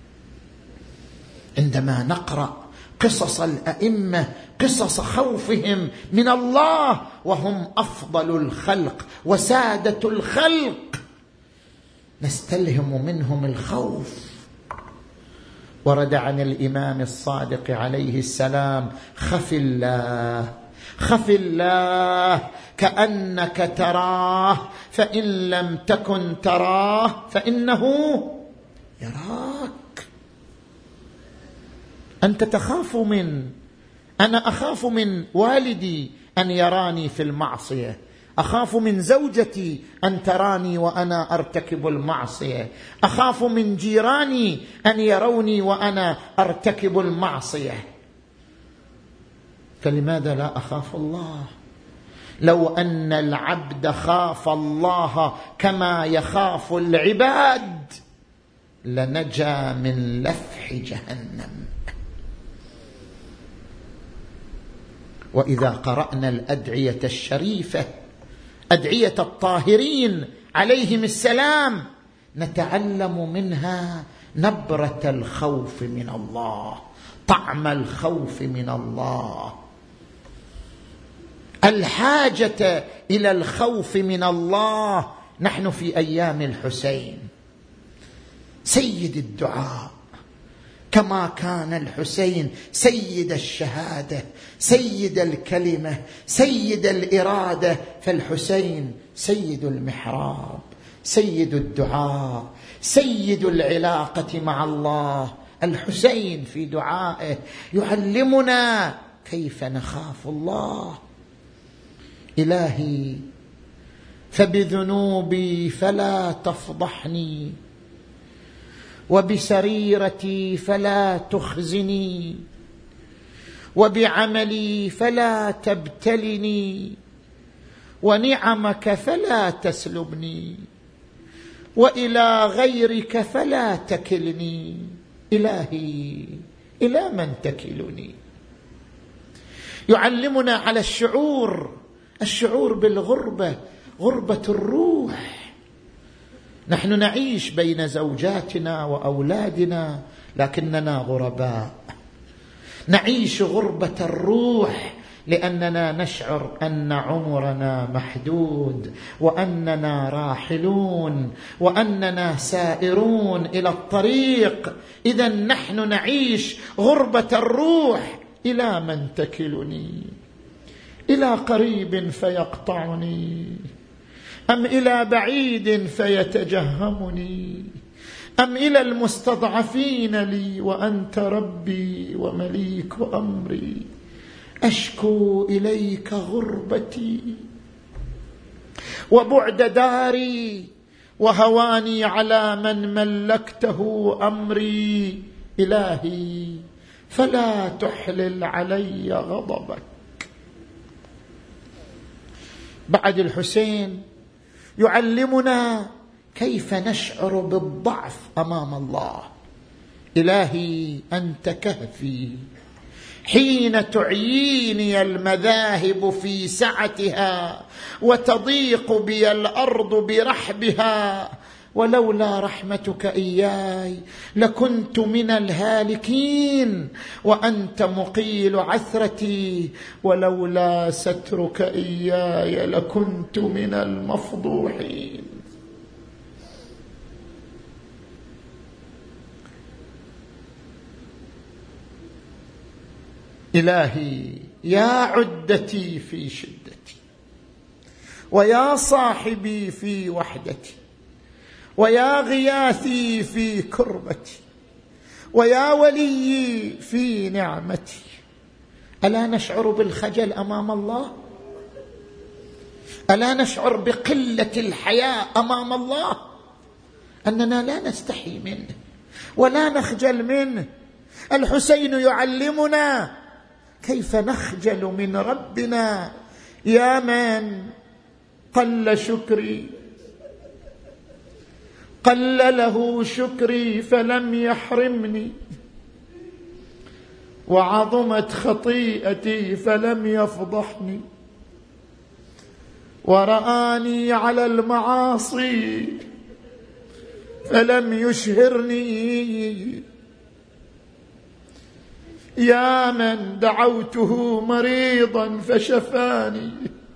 عندما نقرأ قصص الأئمة، قصص خوفهم من الله، وهم أفضل الخلق وسادة الخلق، نستلهم منهم الخوف. ورد عن الإمام الصادق عليه السلام: خف الله، خف الله كأنك تراه، فإن لم تكن تراه فإنه يراك. أنت تخاف من، أنا أخاف من والدي أن يراني في المعصية، أخاف من زوجتي أن تراني وأنا أرتكب المعصية، أخاف من جيراني أن يروني وأنا أرتكب المعصية. فلماذا لا أخاف الله؟ لو أن العبد خاف الله كما يخاف العباد لنجا من لفح جهنم. وإذا قرأنا الأدعية الشريفة، أدعية الطاهرين عليهم السلام، نتعلم منها نبرة الخوف من الله، طعم الخوف من الله. الحاجة إلى الخوف من الله. نحن في أيام الحسين، سيد الدعاء، كما كان الحسين سيد الشهادة، سيد الكلمة، سيد الإرادة، فالحسين سيد المحراب، سيد الدعاء، سيد العلاقة مع الله. الحسين في دعائه يعلمنا كيف نخاف الله. إلهي فبذنوبي فلا تفضحني، وبسريرتي فلا تخزني، وبعملي فلا تبتلني، ونعمك فلا تسلبني، وإلى غيرك فلا تكلني. إلهي إلى من تكلني؟ يعلمنا على الشعور، الشعور بالغربة، غربة الروح. نحن نعيش بين زوجاتنا وأولادنا لكننا غرباء، نعيش غربة الروح لأننا نشعر أن عمرنا محدود، وأننا راحلون، وأننا سائرون إلى الطريق. إذن نحن نعيش غربة الروح. إلى من تكلني؟ إلى قريب فيقطعني، أم إلى بعيد فيتجهمني، أم إلى المستضعفين لي وأنت ربي ومليك أمري؟ أشكو إليك غربتي وبعد داري، وهواني على من ملكته أمري. إلهي فلا تحلل علي غضبك. بعد الحسين يعلمنا كيف نشعر بالضعف أمام الله. إلهي أنت كهفي حين تعييني المذاهب في سعتها، وتضيق بي الأرض برحبها، ولولا رحمتك إياي لكنت من الهالكين، وأنت مقيل عثرتي، ولولا سترك إياي لكنت من المفضوحين. إلهي يا عدتي في شدتي، ويا صاحبي في وحدتي، ويا غياثي في كربتي، ويا وليي في نعمتي. ألا نشعر بالخجل أمام الله؟ ألا نشعر بقلة الحياء أمام الله؟ أننا لا نستحي منه ولا نخجل منه. الحسين يعلمنا كيف نخجل من ربنا. يا من قل شكري، قل له شكري فلم يحرمني، وعظمت خطيئتي فلم يفضحني، ورآني على المعاصي فلم يشهرني. يا من دعوته مريضا فشفاني،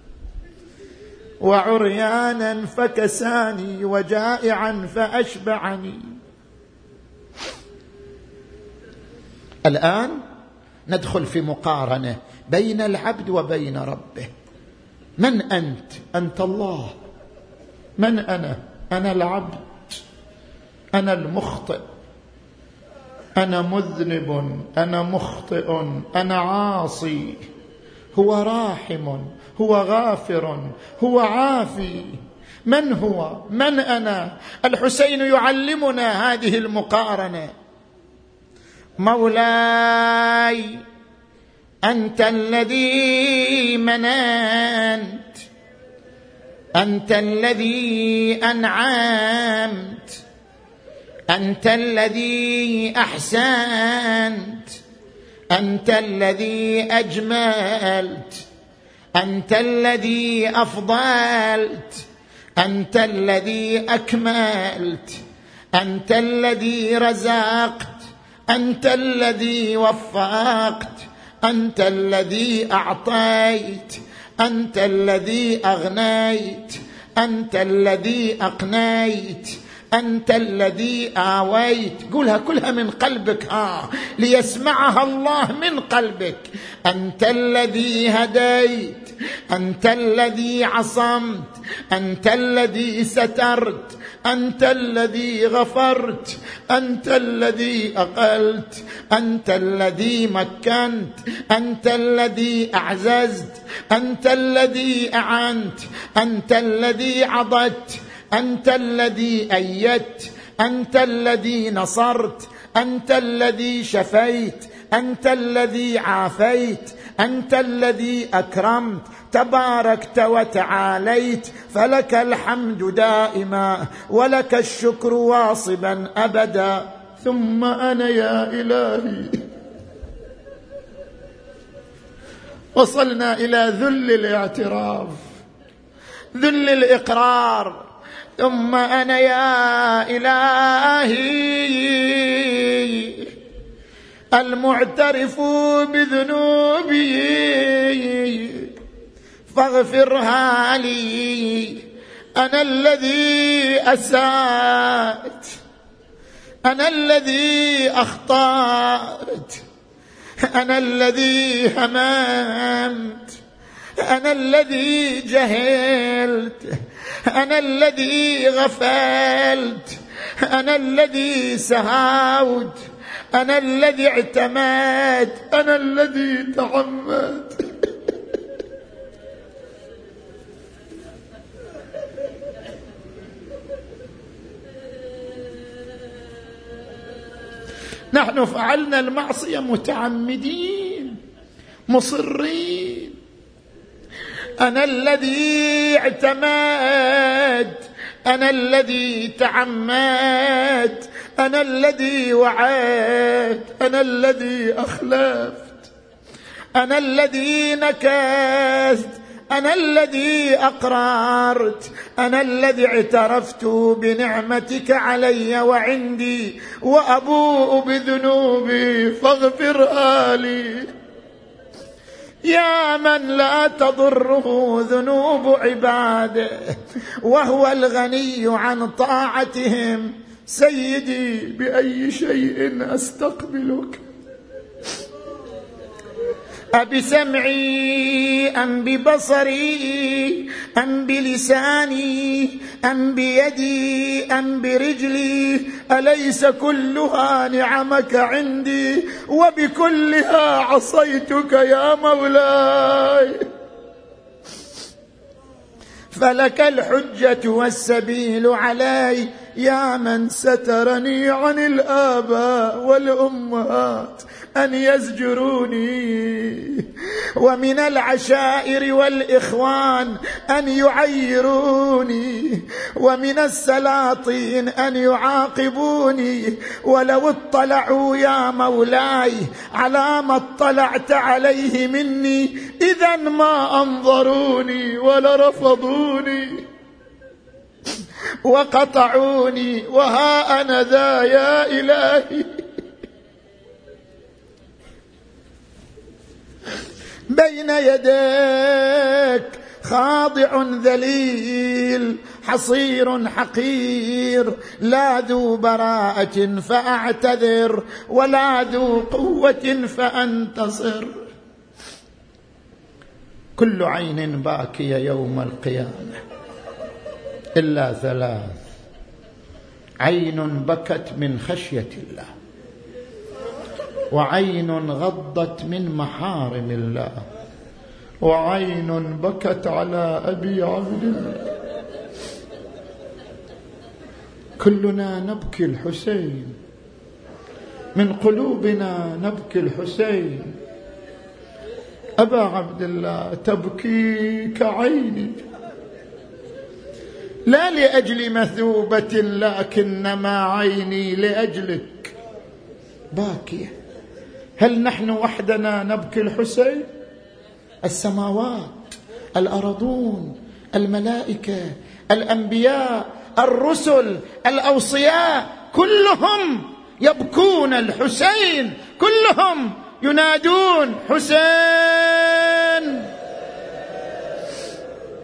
وعريانا فكساني، وجائعا فأشبعني. الآن ندخل في مقارنة بين العبد وبين ربه. من أنت؟ أنت الله. من أنا؟ أنا العبد، أنا المخطئ، أنا مذنب، أنا مخطئ، أنا عاصي. هو راحم، هو غافر، هو عافي. من هو؟ من أنا؟ الحسين يعلمنا هذه المقارنة. مولاي أنت الذي مننت، أنت الذي أنعمت، أنت الذي أحسنت، أنت الذي أجملت، أنت الذي أفضلت، أنت الذي أكملت، أنت الذي رزقت، أنت الذي وفقت، أنت الذي أعطيت، أنت الذي أغنيت، أنت الذي أقنيت، أنت الذي آويت. قولها كلها من قلبك ها ليسمعها الله من قلبك. أنت الذي هديت، أنت الذي عصمت، أنت الذي سترت، أنت الذي غفرت، أنت الذي أقلت، أنت الذي مكنت، أنت الذي أعززت، أنت الذي أعنت، أنت الذي عضدت، أنت الذي أيدت، أنت الذي نصرت، أنت الذي شفيت، أنت الذي عافيت، أنت الذي أكرمت. تباركت وتعاليت، فلك الحمد دائما ولك الشكر واصبا أبدا. ثم أنا يا إلهي. وصلنا إلى ذل الاعتراف، ذل الإقرار. ثم أنا يا إلهي المعترف بذنوبي فاغفرها لي. أنا الذي أسأت، أنا الذي أخطأت، أنا الذي هممت، أنا الذي جهلت، أنا الذي غفلت، أنا الذي سهوت، أنا الذي اعتمدت، أنا الذي تعمدت. نحن فعلنا المعصية متعمدين مصرين. أنا الذي اعتمد، أنا الذي تعمدت، أنا الذي وعدت، أنا الذي أخلفت، أنا الذي نكثت، أنا الذي أقررت، أنا الذي اعترفت بنعمتك علي وعندي وأبوء بذنوبي فاغفرها لي. يا من لا تضره ذنوب عباده وهو الغني عن طاعتهم. سيدي بأي شيء أستقبلك؟ أبسمعي أم ببصري أم بلساني أم بيدي أم برجلي؟ أليس كلها نعمك عندي وبكلها عصيتك يا مولاي؟ فلك الحجة والسبيل علي يا من سترني عن الآباء والأمهات أن يزجروني، ومن العشائر والإخوان أن يعيروني، ومن السلاطين أن يعاقبوني. ولو اطلعوا يا مولاي على ما اطلعت عليه مني إذا ما أنظروني ولرفضوني وقطعوني. وها أنا ذا يا إلهي بين يديك خاضع ذليل حصير حقير، لا ذو براءة فأعتذر ولا ذو قوة فأنتصر. كل عين باكية يوم القيامة إلا ثلاث: عين بكت من خشية الله، وعين غضت من محارم الله، وعين بكت على أبي عبد الله. كلنا نبكي الحسين، من قلوبنا نبكي الحسين. أبا عبد الله تبكيك عيني، لا لأجل مثوبة لكنما عيني لأجلك باكية. هل نحن وحدنا نبكي الحسين؟ السماوات، الأرضون، الملائكة، الأنبياء، الرسل، الأوصياء، كلهم يبكون الحسين، كلهم ينادون حسين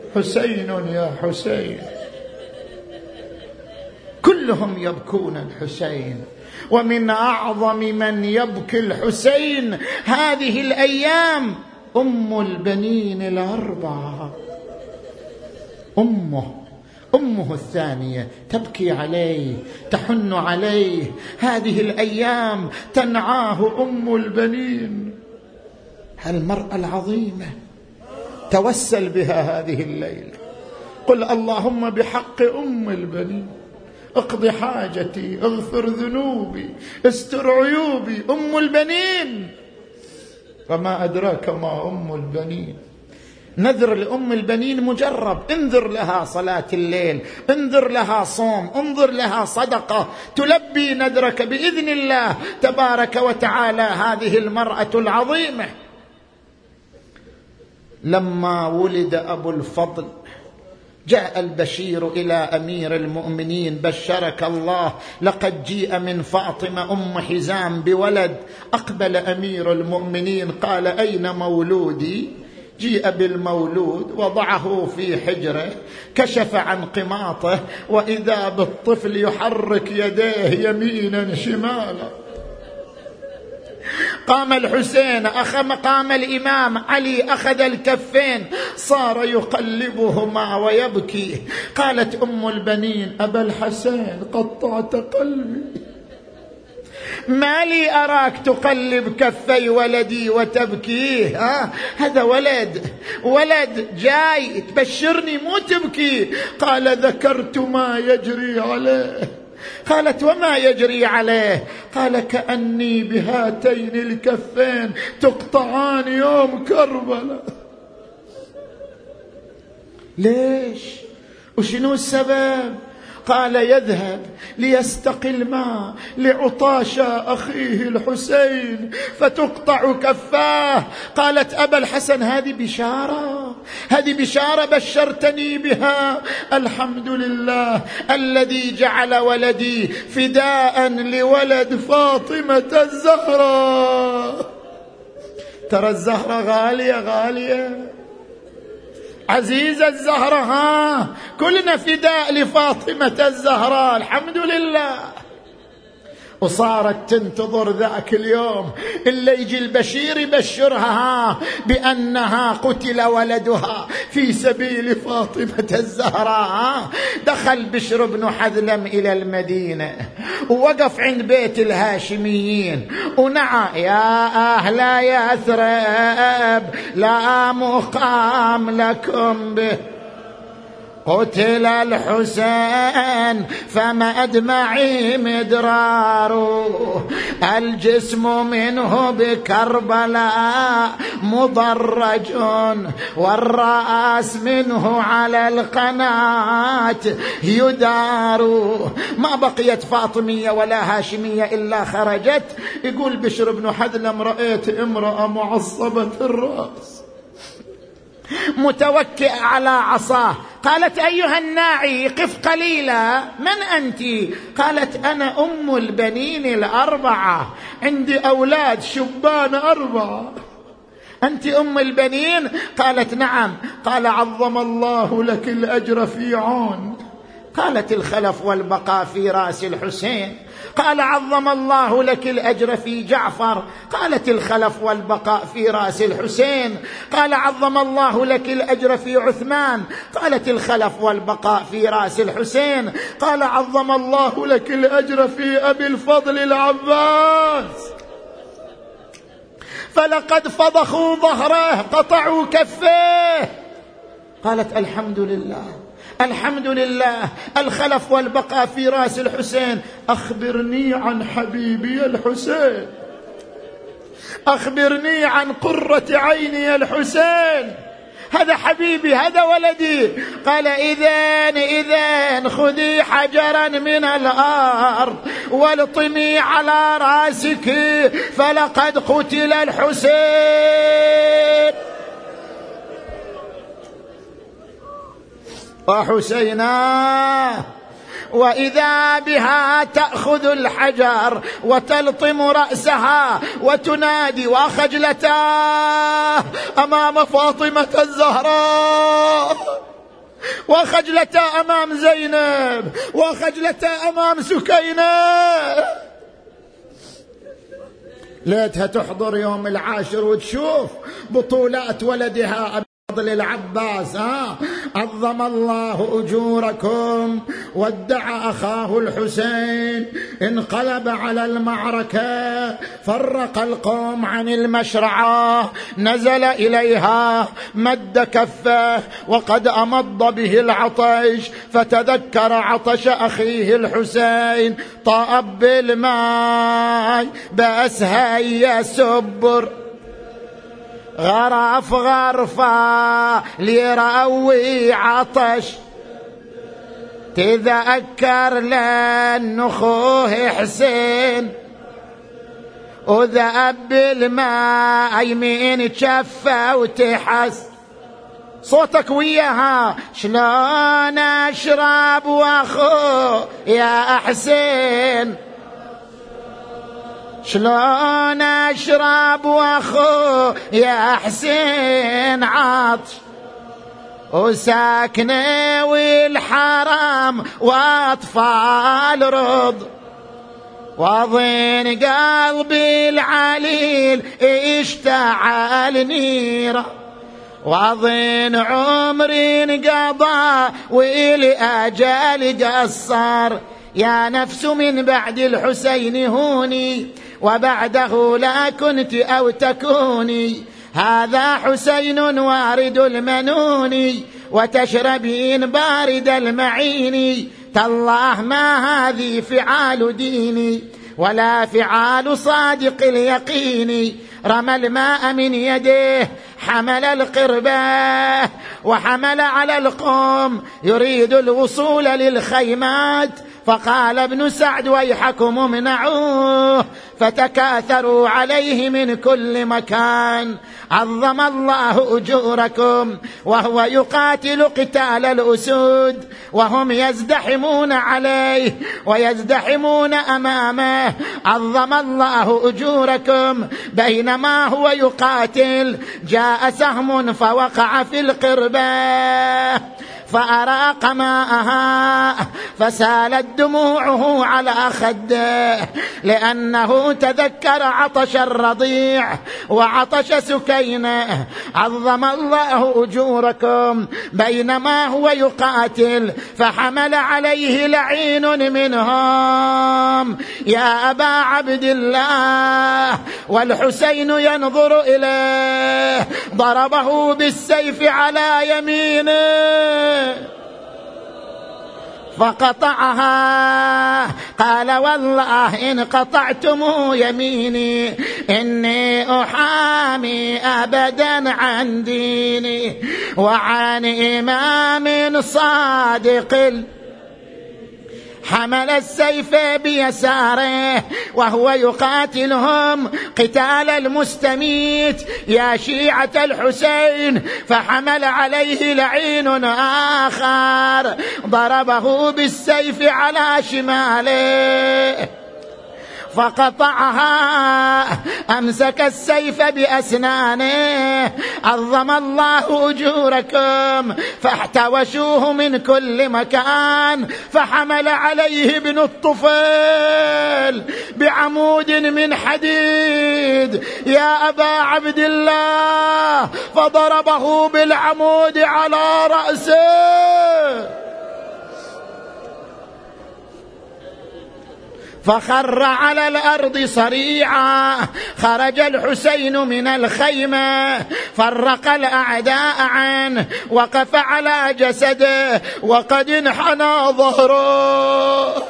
حسين يا حسين. كلهم يبكون الحسين، ومن أعظم من يبكي الحسين هذه الأيام أم البنين الأربعة. أمه أمه الثانية تبكي عليه، تحن عليه. هذه الأيام تنعاه أم البنين، المرأة العظيمة. توسل بها هذه الليلة، قل اللهم بحق أم البنين اقض حاجتي، اغفر ذنوبي، استر عيوبي. أم البنين، وما أدراك ما أم البنين. نذر لأم البنين مجرب. انذر لها صلاة الليل، انذر لها صوم، انذر لها صدقة، تلبي نذرك بإذن الله تبارك وتعالى. هذه المرأة العظيمة لما ولد أبو الفضل جاء البشير إلى أمير المؤمنين، بشرك الله لقد جيء من فاطمة أم حزام بولد. أقبل أمير المؤمنين قال أين مولودي؟ جيء بالمولود، وضعه في حجره، كشف عن قماطه، وإذا بالطفل يحرك يديه يمينا شمالا. قام الحسين، أخم قام الإمام علي، أخذ الكفين، صار يقلبهما ويبكي. قالت أم البنين أبا الحسين قطعت قلبي، ما لي أراك تقلب كفي ولدي وتبكيه؟ ها؟ هذا ولد ولد جاي تبشرني مو تبكي. قال ذكرت ما يجري عليه. قالت وما يجري عليه؟ قال كأني بهاتين الكفين تقطعان يوم كربلاء. ليش؟ وشنو السبب؟ قال يذهب ليستقي الماء لعطاش أخيه الحسين فتقطع كفاه. قالت أبا الحسن هذه بشارة، هذه بشارة بشرتني بها. الحمد لله الذي جعل ولدي فداء لولد فاطمة الزهراء. ترى الزهرة غالية غالية عزيزة الزهراء، ها كلنا فداء لفاطمة الزهراء. الحمد لله. وصارت تنتظر ذاك اليوم اللي يجي البشير يبشرها بأنها قتل ولدها في سبيل فاطمة الزهراء. دخل بشر بن حذلم إلى المدينة ووقف عند بيت الهاشميين ونعى يا أهل يثرب لا مقام لكم به، قتل الحسين فما أدمعي مدرار، الجسم منه بكربلاء مضرج والرأس منه على القناة يدار. ما بقيت فاطمية ولا هاشمية إلا خرجت. يقول بشر بن حذلم رأيت امرأة معصبة الرأس متوكئ على عصاه. قالت أيها الناعي قف قليلا، من أنت؟ قالت أنا أم البنين الأربعة، عندي أولاد شبان أربعة. أنت أم البنين؟ قالت نعم. قال عظم الله لك الأجر في عون. قالت الخلف والبقاء في رأس الحسين. قال عظم الله لك الأجر في جعفر. قالت الخلف والبقاء في رأس الحسين. قال عظم الله لك الأجر في عثمان. قالت الخلف والبقاء في رأس الحسين. قال عظم الله لك الأجر في أبي الفضل العباس، فلقد فضخوا ظهره قطعوا كفيه. قالت الحمد لله الحمد لله. الخلف والبقاء في رأس الحسين. أخبرني عن حبيبي الحسين، أخبرني عن قرة عيني الحسين، هذا حبيبي هذا ولدي. قال إذن إذن خذي حجرا من الأرض والطمي على رأسك فلقد قتل الحسين. وحسينا وإذا بها تأخذ الحجر وتلطم رأسها وتنادي وخجلتاه أمام فاطمة الزهراء وخجلتا أمام زينب، وخجلتا أمام سكينة. ليتها تحضر يوم العاشر وتشوف بطولات ولدها أبي فضل العباس. ها عظم الله أجوركم. وادعى أخاه الحسين، انقلب على المعركة، فرق القوم عن المشرعة، نزل إليها، مد كفه وقد أمض به العطش، فتذكر عطش أخيه الحسين، طاب بالماء بأسها يسبر، غرف غرفة ليروي عطش، تذكر لأن أخوه حسين، وذهب بالماء يمين شفة وتحس. صوتك وياها. شلون أشرب وأخو يا حسين، شلون أشرب وأخو يا حسين عطش، وساكنة والحرام وأطفال رض، وضين قلبي العليل اشتعل نيره، وضين عمري انقضى والأجل قصر، يا نفس من بعد الحسين هوني، وبعده لا كنت أو تكوني، هذا حسين وارد المنون، وتشربين بارد المعين، تالله ما هذه فعال ديني، ولا فعال صادق اليقين، رمى الماء من يده، حمل القربة وحمل على القوم، يريد الوصول للخيمات، فقال ابن سعد ويحكم امنعوه، فتكاثروا عليه من كل مكان. عظم الله أجوركم، وهو يقاتل قتال الأسود، وهم يزدحمون عليه ويزدحمون أمامه. عظم الله أجوركم. بينما هو يقاتل جاء سهم فوقع في القربة، فأراق ماءها، فسالت دموعه على خده، لأنه تذكر عطش الرضيع وعطش سكينة. عظم الله أجوركم. بينما هو يقاتل فحمل عليه لعين منهم، يا أبا عبد الله، والحسين ينظر إليه، ضربه بالسيف على يمينه فقطعها. قال والله إن قطعتم يميني إني أحامي أبدا عن ديني وعن إمام صادق. حمل السيف بيساره وهو يقاتلهم قتال المستميت، يا شيعة الحسين، فحمل عليه لعين آخر، ضربه بالسيف على شماله فقطعها. أمسك السيف بأسنانه. عظم الله أجوركم. فاحتوشوه من كل مكان، فحمل عليه ابن الطفيل بعمود من حديد، يا أبا عبد الله، فضربه بالعمود على رأسه فخر على الأرض صريعا. خرج الحسين من الخيمة، فرق الأعداء عنه، وقف على جسده وقد انحنى ظهره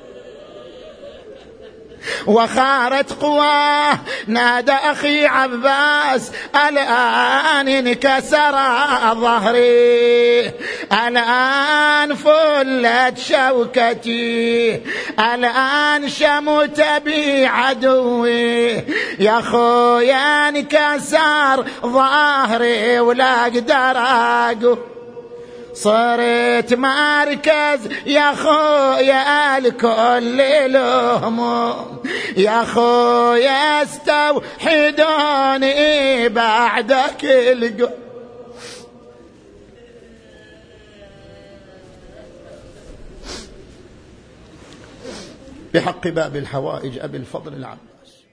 وخارت قواه. نادى أخي عباس الآن انكسر ظهري، الآن فلت شوكتي، الآن شمت بي عدوي، يا خويا انكسر ظهري ولا أقدر أقوم، صرت مركز يا خويا الكل الهموم، يا خويا استوحدوني بعدك القوم. بحق باب الحوائج أبي الفضل العباس.